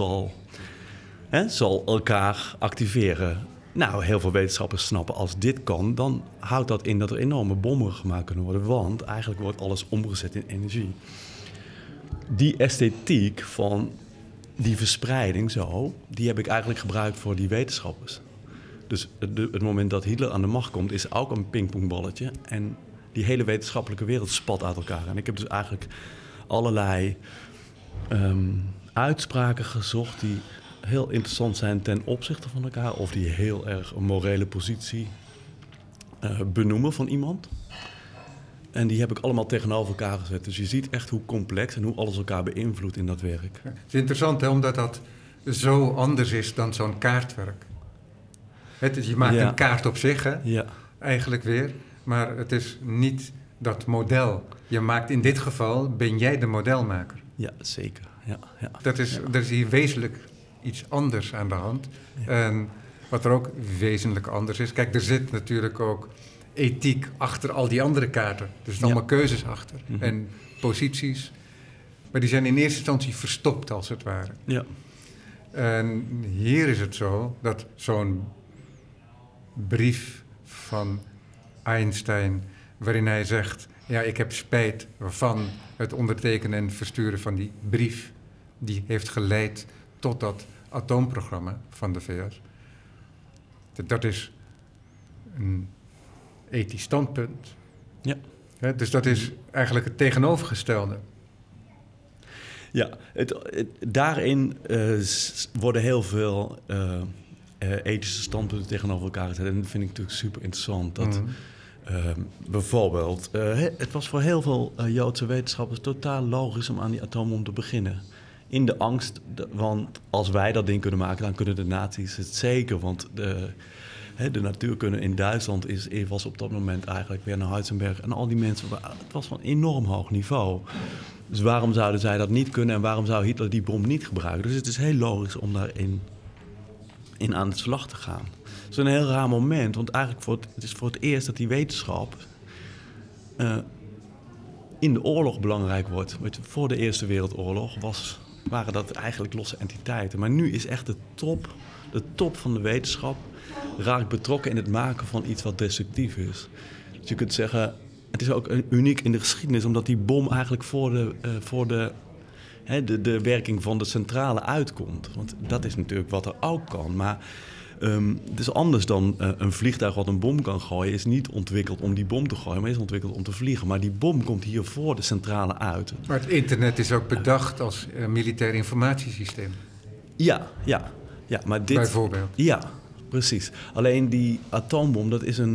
zal elkaar activeren. Nou, heel veel wetenschappers snappen, als dit kan, dan houdt dat in dat er enorme bommen gemaakt kunnen worden. Want eigenlijk wordt alles omgezet in energie. Die esthetiek van die verspreiding die heb ik eigenlijk gebruikt voor die wetenschappers. Dus het moment dat Hitler aan de macht komt, is ook een pingpongballetje. En die hele wetenschappelijke wereld spat uit elkaar. En ik heb dus eigenlijk allerlei uitspraken gezocht die heel interessant zijn ten opzichte van elkaar, of die heel erg een morele positie benoemen van iemand. En die heb ik allemaal tegenover elkaar gezet. Dus je ziet echt hoe complex en hoe alles elkaar beïnvloedt in dat werk. Ja, het is interessant, hè, omdat dat zo anders is dan zo'n kaartwerk. Je maakt een kaart op zich, hè? Ja. Eigenlijk weer. Maar het is niet dat model. Je maakt in dit geval, ben jij de modelmaker. Ja, zeker. Ja. Dat is hier wezenlijk iets anders aan de hand. Ja. En wat er ook wezenlijk anders is... Kijk, er zit natuurlijk ook ethiek achter al die andere kaarten. Er zitten allemaal keuzes achter. Mm-hmm. En posities. Maar die zijn in eerste instantie verstopt, als het ware. Ja. En hier is het zo dat zo'n brief van Einstein, waarin hij zegt, ja, ik heb spijt van het ondertekenen en versturen van die brief, die heeft geleid tot dat atoomprogramma van de VS. Dat is een ethisch standpunt. Ja. Dus dat is eigenlijk het tegenovergestelde. Ja, daarin worden heel veel ethische standpunten tegenover elkaar gezet. En dat vind ik natuurlijk super interessant. Dat bijvoorbeeld, het was voor heel veel Joodse wetenschappers totaal logisch om aan die atoombom te beginnen. In de angst, want als wij dat ding kunnen maken, dan kunnen de nazi's het zeker. Want de natuurkunde in Duitsland was op dat moment eigenlijk weer naar Heisenberg. En al die mensen, het was van enorm hoog niveau. Dus waarom zouden zij dat niet kunnen en waarom zou Hitler die bom niet gebruiken? Dus het is heel logisch om daarin aan de slag te gaan. Het is een heel raar moment, want eigenlijk het is voor het eerst dat die wetenschap in de oorlog belangrijk wordt. Voor de Eerste Wereldoorlog waren dat eigenlijk losse entiteiten. Maar nu is echt de top van de wetenschap raakt betrokken in het maken van iets wat destructief is. Dus je kunt zeggen, het is ook uniek in de geschiedenis, omdat die bom eigenlijk voor de werking van de centrale uitkomt. Want dat is natuurlijk wat er ook kan. Maar Het is anders dan een vliegtuig wat een bom kan gooien. Is niet ontwikkeld om die bom te gooien, maar is ontwikkeld om te vliegen. Maar die bom komt hier voor de centrale uit. Maar het internet is ook bedacht als militair informatiesysteem. Ja, maar dit... Bijvoorbeeld. Ja, precies. Alleen die atoombom, dat is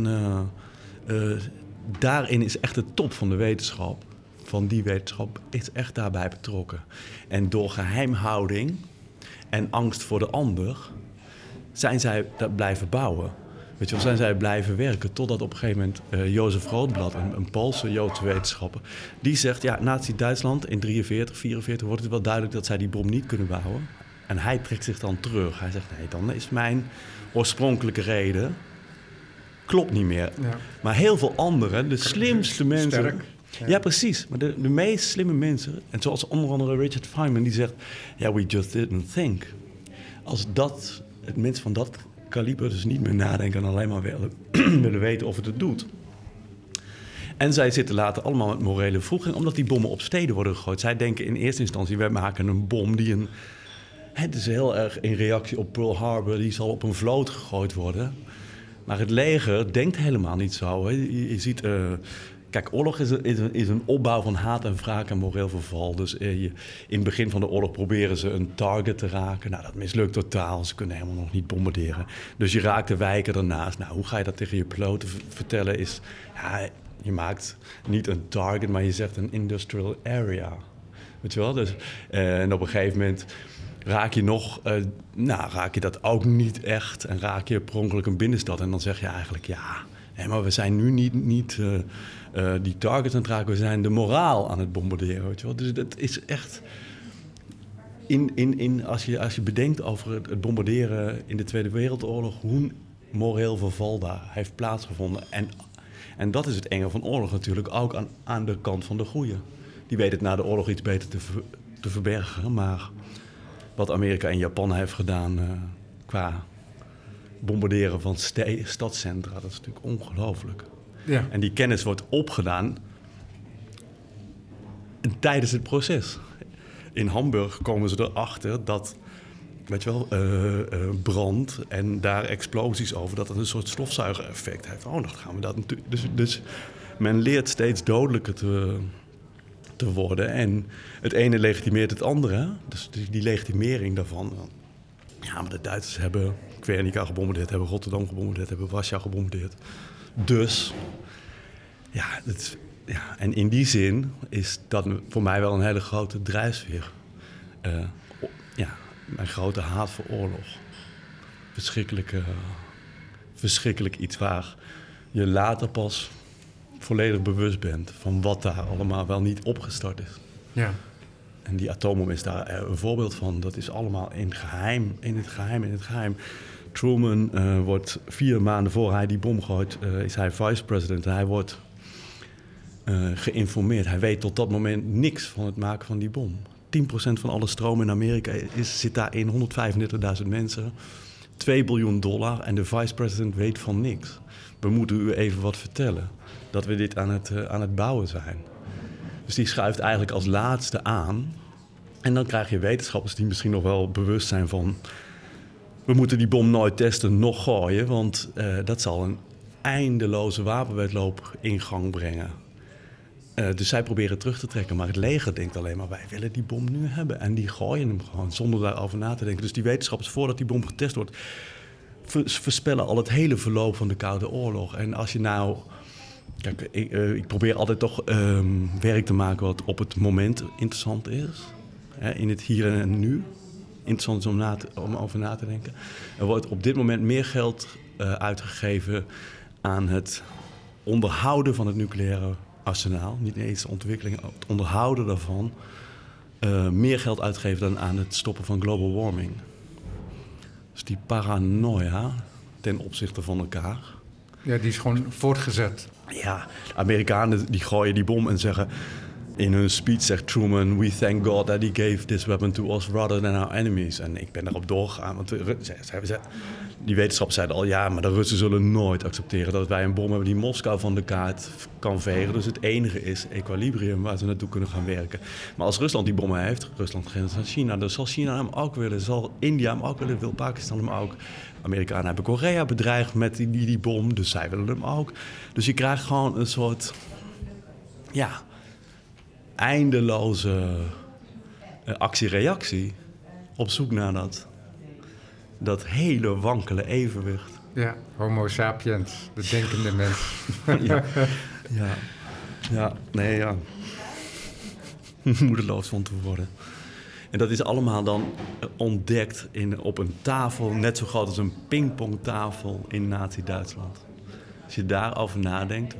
daarin is echt de top van de wetenschap. Van die wetenschap is echt daarbij betrokken. En door geheimhouding en angst voor de ander zijn zij dat blijven bouwen. Weet je wel, zijn zij blijven werken totdat op een gegeven moment Jozef Roodblad, een Poolse Joodse wetenschapper, die zegt, ja, Nazi-Duitsland in 43, 44 wordt het wel duidelijk dat zij die bom niet kunnen bouwen. En hij trekt zich dan terug. Hij zegt, nee, dan is mijn oorspronkelijke reden klopt niet meer. Ja. Maar heel veel anderen, de slimste mensen... Sterk. Ja, precies. Maar de meest slimme mensen, en zoals onder andere Richard Feynman, die zegt, ja, we just didn't think. Als het mensen van dat kaliber dus niet meer nadenken en alleen maar willen weten of het het doet. En zij zitten later allemaal met morele vroeging, omdat die bommen op steden worden gegooid. Zij denken in eerste instantie, wij maken een bom die het is heel erg in reactie op Pearl Harbor, die zal op een vloot gegooid worden. Maar het leger denkt helemaal niet zo. Hè. Je ziet... Kijk, oorlog is een opbouw van haat en wraak en moreel verval. Dus in het begin van de oorlog proberen ze een target te raken. Nou, dat mislukt totaal. Ze kunnen helemaal nog niet bombarderen. Dus je raakt de wijken ernaast. Nou, hoe ga je dat tegen je piloten vertellen is... Ja, je maakt niet een target, maar je zegt een industrial area. Weet je wel? Dus, en op een gegeven moment raak je dat ook niet echt. En raak je per ongeluk een binnenstad. En dan zeg je eigenlijk, ja... Nee, maar we zijn nu niet die targets aan het raken, we zijn de moraal aan het bombarderen. Weet je wel? Dus dat is echt... Als je bedenkt over het bombarderen in de Tweede Wereldoorlog, hoe moreel verval daar heeft plaatsgevonden. En dat is het enge van oorlog natuurlijk, ook aan de kant van de goeie. Die weet het na de oorlog iets beter te verbergen, maar wat Amerika en Japan heeft gedaan qua bombarderen van stadscentra, dat is natuurlijk ongelooflijk. Ja. En die kennis wordt opgedaan tijdens het proces. In Hamburg komen ze erachter dat, weet je wel, brand en daar explosies over, dat het een soort stofzuiger-effect heeft. Oh, dan gaan we dat natuurlijk... Dus men leert steeds dodelijker te worden en het ene legitimeert het andere. Dus die legitimering daarvan. Ja, maar de Duitsers hebben Guernica gebombardeerd, hebben Rotterdam gebombardeerd, hebben Warschau gebombardeerd. Dus, en in die zin is dat voor mij wel een hele grote drijfveer. Mijn grote haat voor oorlog. Verschrikkelijk iets waar je later pas volledig bewust bent van wat daar allemaal wel niet opgestart is. Ja. En die atoombom is daar een voorbeeld van. Dat is allemaal in het geheim. Truman wordt 4 maanden voor hij die bom gooit, is hij vice-president. Hij wordt geïnformeerd. Hij weet tot dat moment niks van het maken van die bom. 10% van alle stroom in Amerika zit daar in 135.000 mensen. $2 biljoen en de vice-president weet van niks. We moeten u even wat vertellen. Dat we dit aan het bouwen zijn. Dus die schuift eigenlijk als laatste aan. En dan krijg je wetenschappers die misschien nog wel bewust zijn van... we moeten die bom nooit testen, nog gooien... want dat zal een eindeloze wapenwedloop in gang brengen. Dus zij proberen terug te trekken. Maar het leger denkt alleen maar, wij willen die bom nu hebben. En die gooien hem gewoon, zonder daarover na te denken. Dus die wetenschappers, voordat die bom getest wordt... voorspellen al het hele verloop van de Koude Oorlog. En als je nou... Kijk, ik probeer altijd toch werk te maken wat op het moment interessant is. In het hier en nu. Interessant is om over na te denken. Er wordt op dit moment meer geld uitgegeven aan het onderhouden van het nucleaire arsenaal. Niet eens de ontwikkeling, het onderhouden daarvan. Meer geld uitgeven dan aan het stoppen van global warming. Dus die paranoia ten opzichte van elkaar. Ja, die is gewoon voortgezet. Ja, Amerikanen die gooien die bom en zeggen... in hun speech zegt Truman... We thank God that he gave this weapon to us rather than our enemies. En ik ben erop doorgegaan, want die wetenschappers zeiden al... ja, maar de Russen zullen nooit accepteren dat wij een bom hebben... die Moskou van de kaart kan vegen. Dus het enige is equilibrium waar ze naartoe kunnen gaan werken. Maar als Rusland die bommen heeft, Rusland grenst aan China... dus zal China hem ook willen, zal India hem ook willen... wil Pakistan hem ook. Amerikanen hebben Korea bedreigd met die bom, dus zij willen hem ook. Dus je krijgt gewoon een soort... ja, eindeloze actie-reactie op zoek naar dat hele wankele evenwicht. Ja, homo sapiens, de denkende mens. ja. Moedeloos van te worden. En dat is allemaal dan ontdekt op een tafel... net zo groot als een pingpongtafel in Nazi-Duitsland. Als je daarover nadenkt...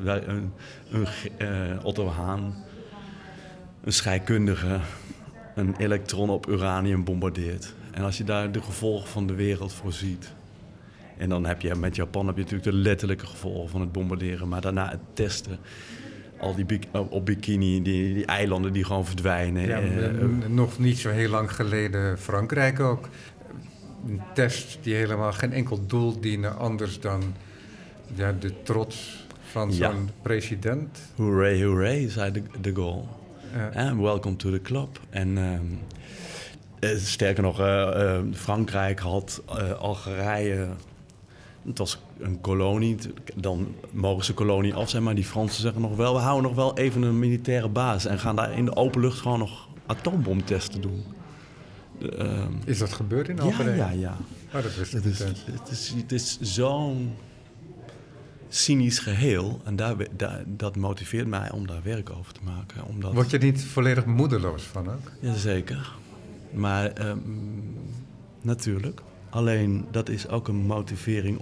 Otto Hahn, een scheikundige... een elektron op uranium bombardeert. En als je daar de gevolgen van de wereld voor ziet... en dan heb je met Japan natuurlijk de letterlijke gevolgen van het bombarderen... maar daarna het testen... al die op Bikini, die eilanden die gewoon verdwijnen. Ja, nog niet zo heel lang geleden Frankrijk ook. Een test die helemaal geen enkel doel dienen... anders dan de trots van zo'n president. Hooray, hooray, zei de Gaulle. Welcome to the club. En sterker nog, Frankrijk had Algerije... Het was een kolonie, dan mogen ze kolonie af zijn... maar die Fransen zeggen nog wel... we houden nog wel even een militaire basis... en gaan daar in de open lucht gewoon nog atoombomtesten doen. Is dat gebeurd in Algerije? Ja. Oh, dat wist ik niet. Het is zo'n cynisch geheel... en dat motiveert mij om daar werk over te maken. Word je niet volledig moedeloos van ook? Jazeker. Maar natuurlijk... Alleen, dat is ook een motivering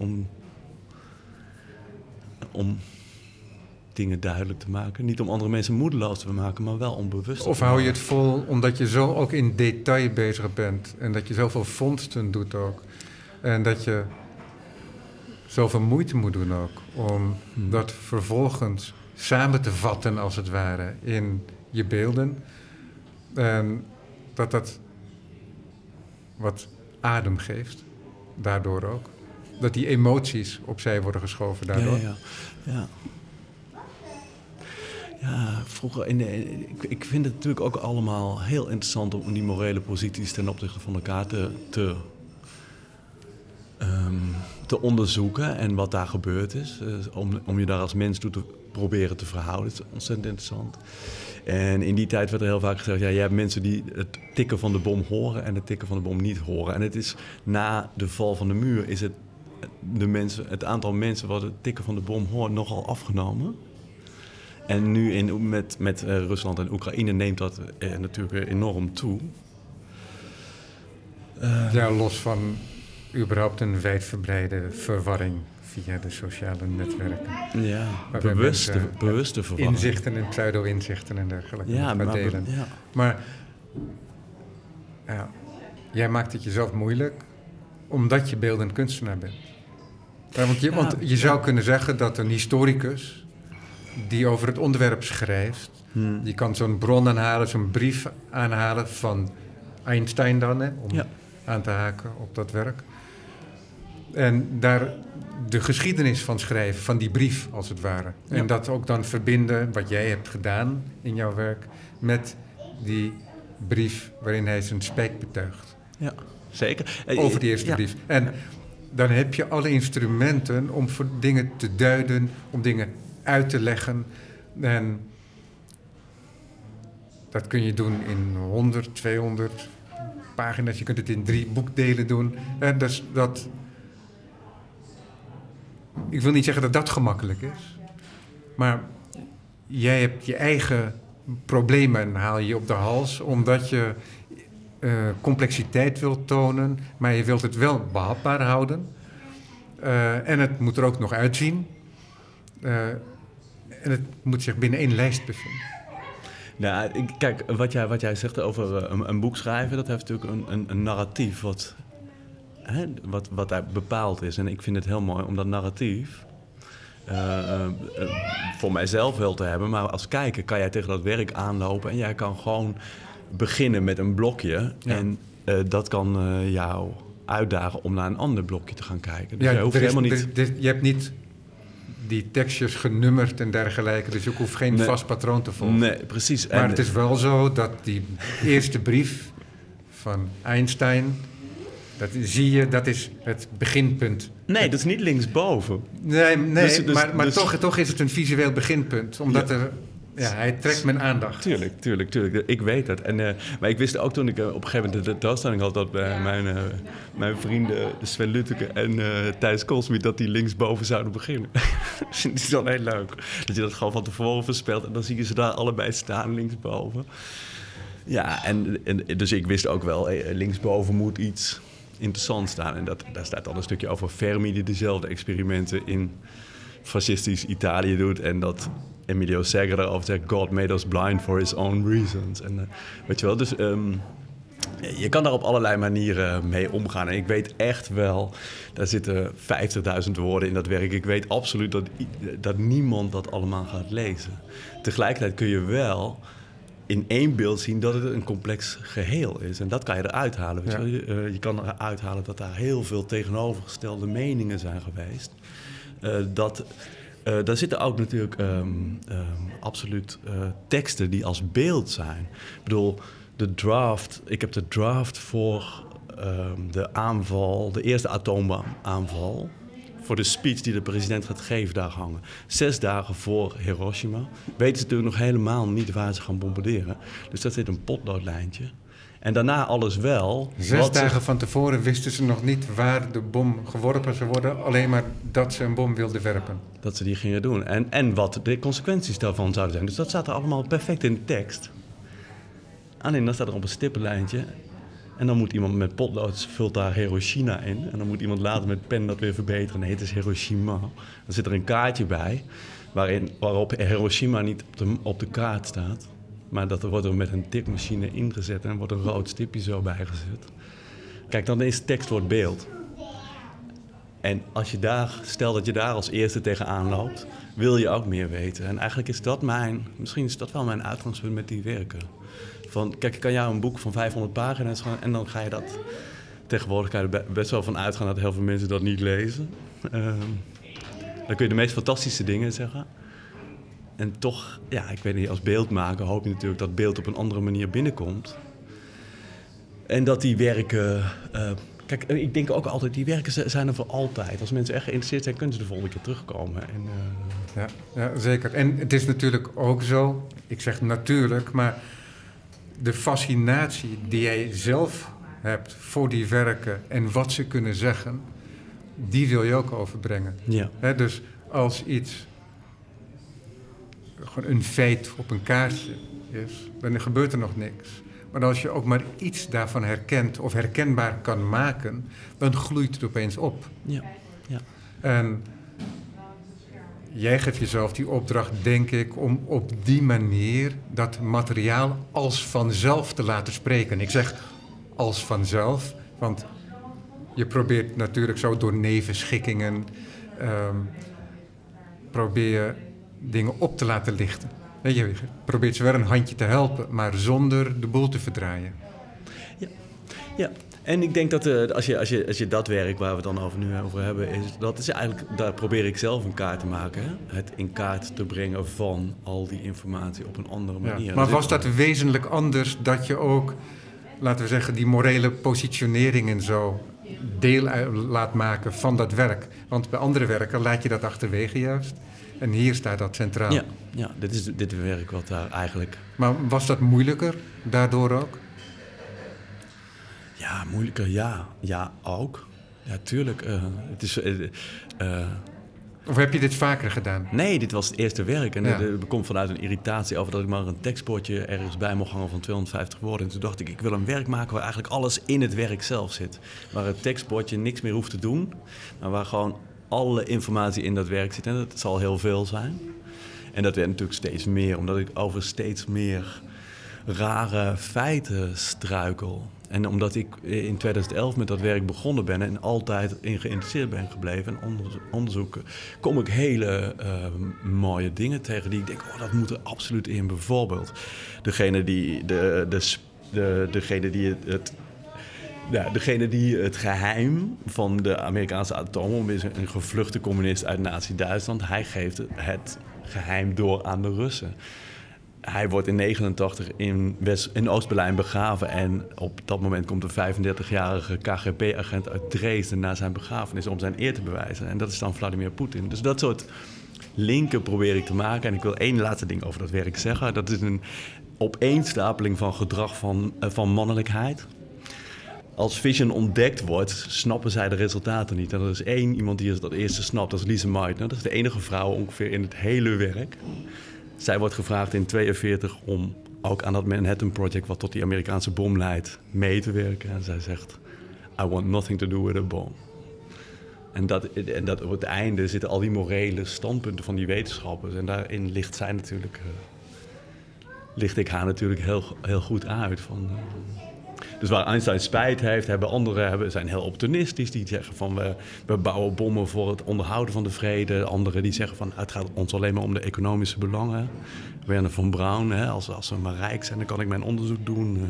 om dingen duidelijk te maken. Niet om andere mensen moedeloos te maken, maar wel om bewust te maken. Of hou je het vol omdat je zo ook in detail bezig bent... en dat je zoveel vondsten doet ook... en dat je zoveel moeite moet doen ook... om dat vervolgens samen te vatten, als het ware, in je beelden. En dat wat... adem geeft, daardoor ook. Dat die emoties opzij worden geschoven daardoor. Ja, vroeger... Ik vind het natuurlijk ook allemaal heel interessant... om die morele posities ten opzichte van elkaar te onderzoeken... en wat daar gebeurd is. Om je daar als mens toe te proberen te verhouden. Dat is ontzettend interessant. En in die tijd werd er heel vaak gezegd... ja, je hebt mensen die het tikken van de bom horen... en het tikken van de bom niet horen. En het is na de val van de muur... is het aantal mensen wat het tikken van de bom hoort... nogal afgenomen. En nu met Rusland en Oekraïne neemt dat natuurlijk enorm toe. Los van überhaupt een wijdverbreide verwarring... via de sociale netwerken. Ja, bewuste verwarring. Inzichten en pseudo-inzichten en dergelijke. Ja, maar jij maakt het jezelf moeilijk... omdat je beeldend kunstenaar bent. Want je zou kunnen zeggen dat een historicus... die over het onderwerp schrijft... die kan zo'n bron aanhalen, zo'n brief aanhalen... van Einstein dan, om aan te haken op dat werk... En daar de geschiedenis van schrijven, van die brief als het ware. Ja. En dat ook dan verbinden, wat jij hebt gedaan in jouw werk... met die brief waarin hij zijn spijt betuigt. Ja, zeker. Over die eerste brief. En dan heb je alle instrumenten om voor dingen te duiden... om dingen uit te leggen. En dat kun je doen in 100, 200 pagina's. Je kunt het in 3 boekdelen doen. En dat... Ik wil niet zeggen dat dat gemakkelijk is. Maar jij hebt je eigen problemen, haal je op de hals... omdat je complexiteit wilt tonen... maar je wilt het wel behapbaar houden. En het moet er ook nog uitzien. En het moet zich binnen 1 lijst bevinden. Nou, kijk, wat jij zegt over een boek schrijven... dat heeft natuurlijk een narratief wat daar bepaald is. En ik vind het heel mooi om dat narratief... voor mijzelf wel te hebben. Maar als kijker kan jij tegen dat werk aanlopen en jij kan gewoon beginnen met een blokje. Ja. En dat kan jou uitdagen om naar een ander blokje te gaan kijken. Dus jij hoeft helemaal niet... Je hebt niet die tekstjes genummerd en dergelijke, dus je hoeft geen vast patroon te volgen. Nee, precies. Maar het is wel zo dat die eerste brief van Einstein, dat zie je, dat is het beginpunt. Nee, dat is niet linksboven. Nee, maar toch is het een visueel beginpunt, omdat hij trekt mijn aandacht. Tuurlijk. Ik weet dat. Maar ik wist ook toen ik op een gegeven moment de tentoonstelling had... dat mijn vrienden Sven Lutteke en Thijs Koolsmiet... dat die linksboven zouden beginnen. Dat is dan heel leuk. Dat je dat gewoon van tevoren voorspelt... en dan zie je ze daar allebei staan, linksboven. Ja, en dus ik wist ook wel... linksboven moet iets interessants staan. En daar staat dan een stukje over Fermi... die dezelfde experimenten in fascistisch Italië doet... en dat... Emilio Seger daarover zegt... God made us blind for his own reasons. En weet je wel, dus je kan daar op allerlei manieren mee omgaan. En ik weet echt wel... daar zitten 50.000 woorden in dat werk. Ik weet absoluut dat niemand dat allemaal gaat lezen. Tegelijkertijd kun je wel in één beeld zien... dat het een complex geheel is. En dat kan je eruit halen. Weet je wel? Je kan eruit halen dat daar heel veel tegenovergestelde meningen zijn geweest. Daar zitten ook natuurlijk absoluut teksten die als beeld zijn. Ik bedoel, ik heb de draft voor de aanval, de eerste atoomaanval... voor de speech die de president gaat geven, daar hangen. 6 dagen voor Hiroshima weten ze natuurlijk nog helemaal niet waar ze gaan bombarderen. Dus dat zit een potloodlijntje. En daarna alles wel. 6 dagen van tevoren wisten ze nog niet waar de bom geworpen zou worden. Alleen maar dat ze een bom wilden werpen. Dat ze die gingen doen. En wat de consequenties daarvan zouden zijn. Dus dat staat er allemaal perfect in de tekst. Alleen dan staat er op een stippenlijntje. En dan moet iemand met potlood vult daar Hiroshima in. En dan moet iemand later met pen dat weer verbeteren. Nee, het is Hiroshima. Dan zit er een kaartje bij. Waarop Hiroshima niet op de kaart staat. Maar dat wordt er met een tikmachine ingezet en wordt een rood stipje zo bijgezet. Kijk, dan is tekstwoord beeld. En stel dat je daar als eerste tegenaan loopt, wil je ook meer weten. En eigenlijk is dat misschien is dat wel mijn uitgangspunt met die werken. Kijk, ik kan jou een boek van 500 pagina's gaan en dan ga je dat... Tegenwoordig kan je er best wel van uitgaan dat heel veel mensen dat niet lezen. Dan kun je de meest fantastische dingen zeggen. En toch, ik weet niet, als beeldmaker hoop je natuurlijk dat beeld op een andere manier binnenkomt. En dat die werken... kijk, ik denk ook altijd, die werken zijn er voor altijd. Als mensen echt geïnteresseerd zijn, kunnen ze de volgende keer terugkomen. Ja, zeker. En het is natuurlijk ook zo, ik zeg natuurlijk, maar de fascinatie die jij zelf hebt voor die werken en wat ze kunnen zeggen, die wil je ook overbrengen. Ja. Dus als iets... gewoon een feit op een kaartje is, dan gebeurt er nog niks. Maar als je ook maar iets daarvan herkent of herkenbaar kan maken, dan gloeit het opeens op. Ja. En jij geeft jezelf die opdracht, denk ik, om op die manier dat materiaal als vanzelf te laten spreken. Ik zeg als vanzelf, want je probeert natuurlijk zo door nevenschikkingen, probeer je dingen op te laten lichten. Je probeert ze wel een handje te helpen, maar zonder de boel te verdraaien. Ja. En ik denk dat als je dat werk waar we het dan nu over hebben, dat is eigenlijk, daar probeer ik zelf een kaart te maken. Hè? Het in kaart te brengen van al die informatie op een andere manier. Ja, maar was dat wezenlijk anders dat je ook, laten we zeggen, die morele positionering en zo deel laat maken van dat werk? Want bij andere werken laat je dat achterwege juist. En hier staat dat centraal. Ja, dit werk wat daar eigenlijk... Maar was dat moeilijker daardoor ook? Ja, moeilijker, ja. Ja, ook. Ja, tuurlijk. Het is... Of heb je dit vaker gedaan? Nee, dit was het eerste werk. En dat komt vanuit een irritatie over dat ik maar een tekstbordje ergens bij mocht hangen van 250 woorden. En toen dacht ik wil een werk maken waar eigenlijk alles in het werk zelf zit. Waar het tekstbordje niks meer hoeft te doen, maar waar gewoon alle informatie in dat werk zit. En dat zal heel veel zijn. En dat werd natuurlijk steeds meer, omdat ik over steeds meer rare feiten struikel. En omdat ik in 2011 met dat werk begonnen ben en altijd in geïnteresseerd ben gebleven en onderzoeken, kom ik hele mooie dingen tegen die ik denk, dat moet er absoluut in. Bijvoorbeeld degene die het geheim van de Amerikaanse atoombom is, een gevluchte communist uit Nazi-Duitsland. Hij geeft het geheim door aan de Russen. Hij wordt in 1989 in Oost-Berlijn begraven. En op dat moment komt een 35-jarige KGB-agent uit Dresden naar zijn begrafenis om zijn eer te bewijzen. En dat is dan Vladimir Poetin. Dus dat soort linken probeer ik te maken. En ik wil één laatste ding over dat werk zeggen. Dat is een opeenstapeling van gedrag van mannelijkheid. Als Fission ontdekt wordt, snappen zij de resultaten niet. En er is één iemand die het als eerste snapt, dat is Lise Meitner. Dat is de enige vrouw ongeveer in het hele werk. Zij wordt gevraagd in 1942 om ook aan dat Manhattan Project, wat tot die Amerikaanse bom leidt, mee te werken. En zij zegt, I want nothing to do with a bomb. En dat op het einde zitten al die morele standpunten van die wetenschappers. En daarin licht ik haar natuurlijk heel goed uit. Dus waar Einstein spijt heeft, zijn heel optimistisch. Die zeggen van we bouwen bommen voor het onderhouden van de vrede. Anderen die zeggen van het gaat ons alleen maar om de economische belangen. Wernher von Braun, als we maar rijk zijn, dan kan ik mijn onderzoek doen.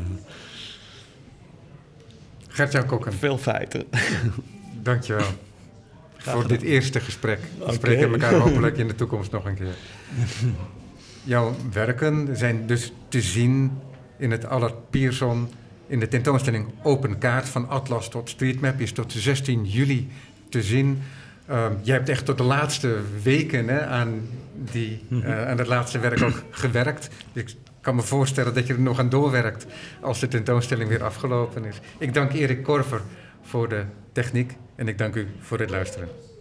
Gert-Jan Kokken. Veel feiten. Dankjewel voor dit eerste gesprek. We spreken elkaar hopelijk in de toekomst nog een keer. Jouw werken zijn dus te zien in het Allard Pierson, in de tentoonstelling Open Kaart van Atlas tot Streetmap, is tot 16 juli te zien. Jij hebt echt tot de laatste weken aan het laatste werk ook gewerkt. Ik kan me voorstellen dat je er nog aan doorwerkt als de tentoonstelling weer afgelopen is. Ik dank Erik Korver voor de techniek en ik dank u voor het luisteren.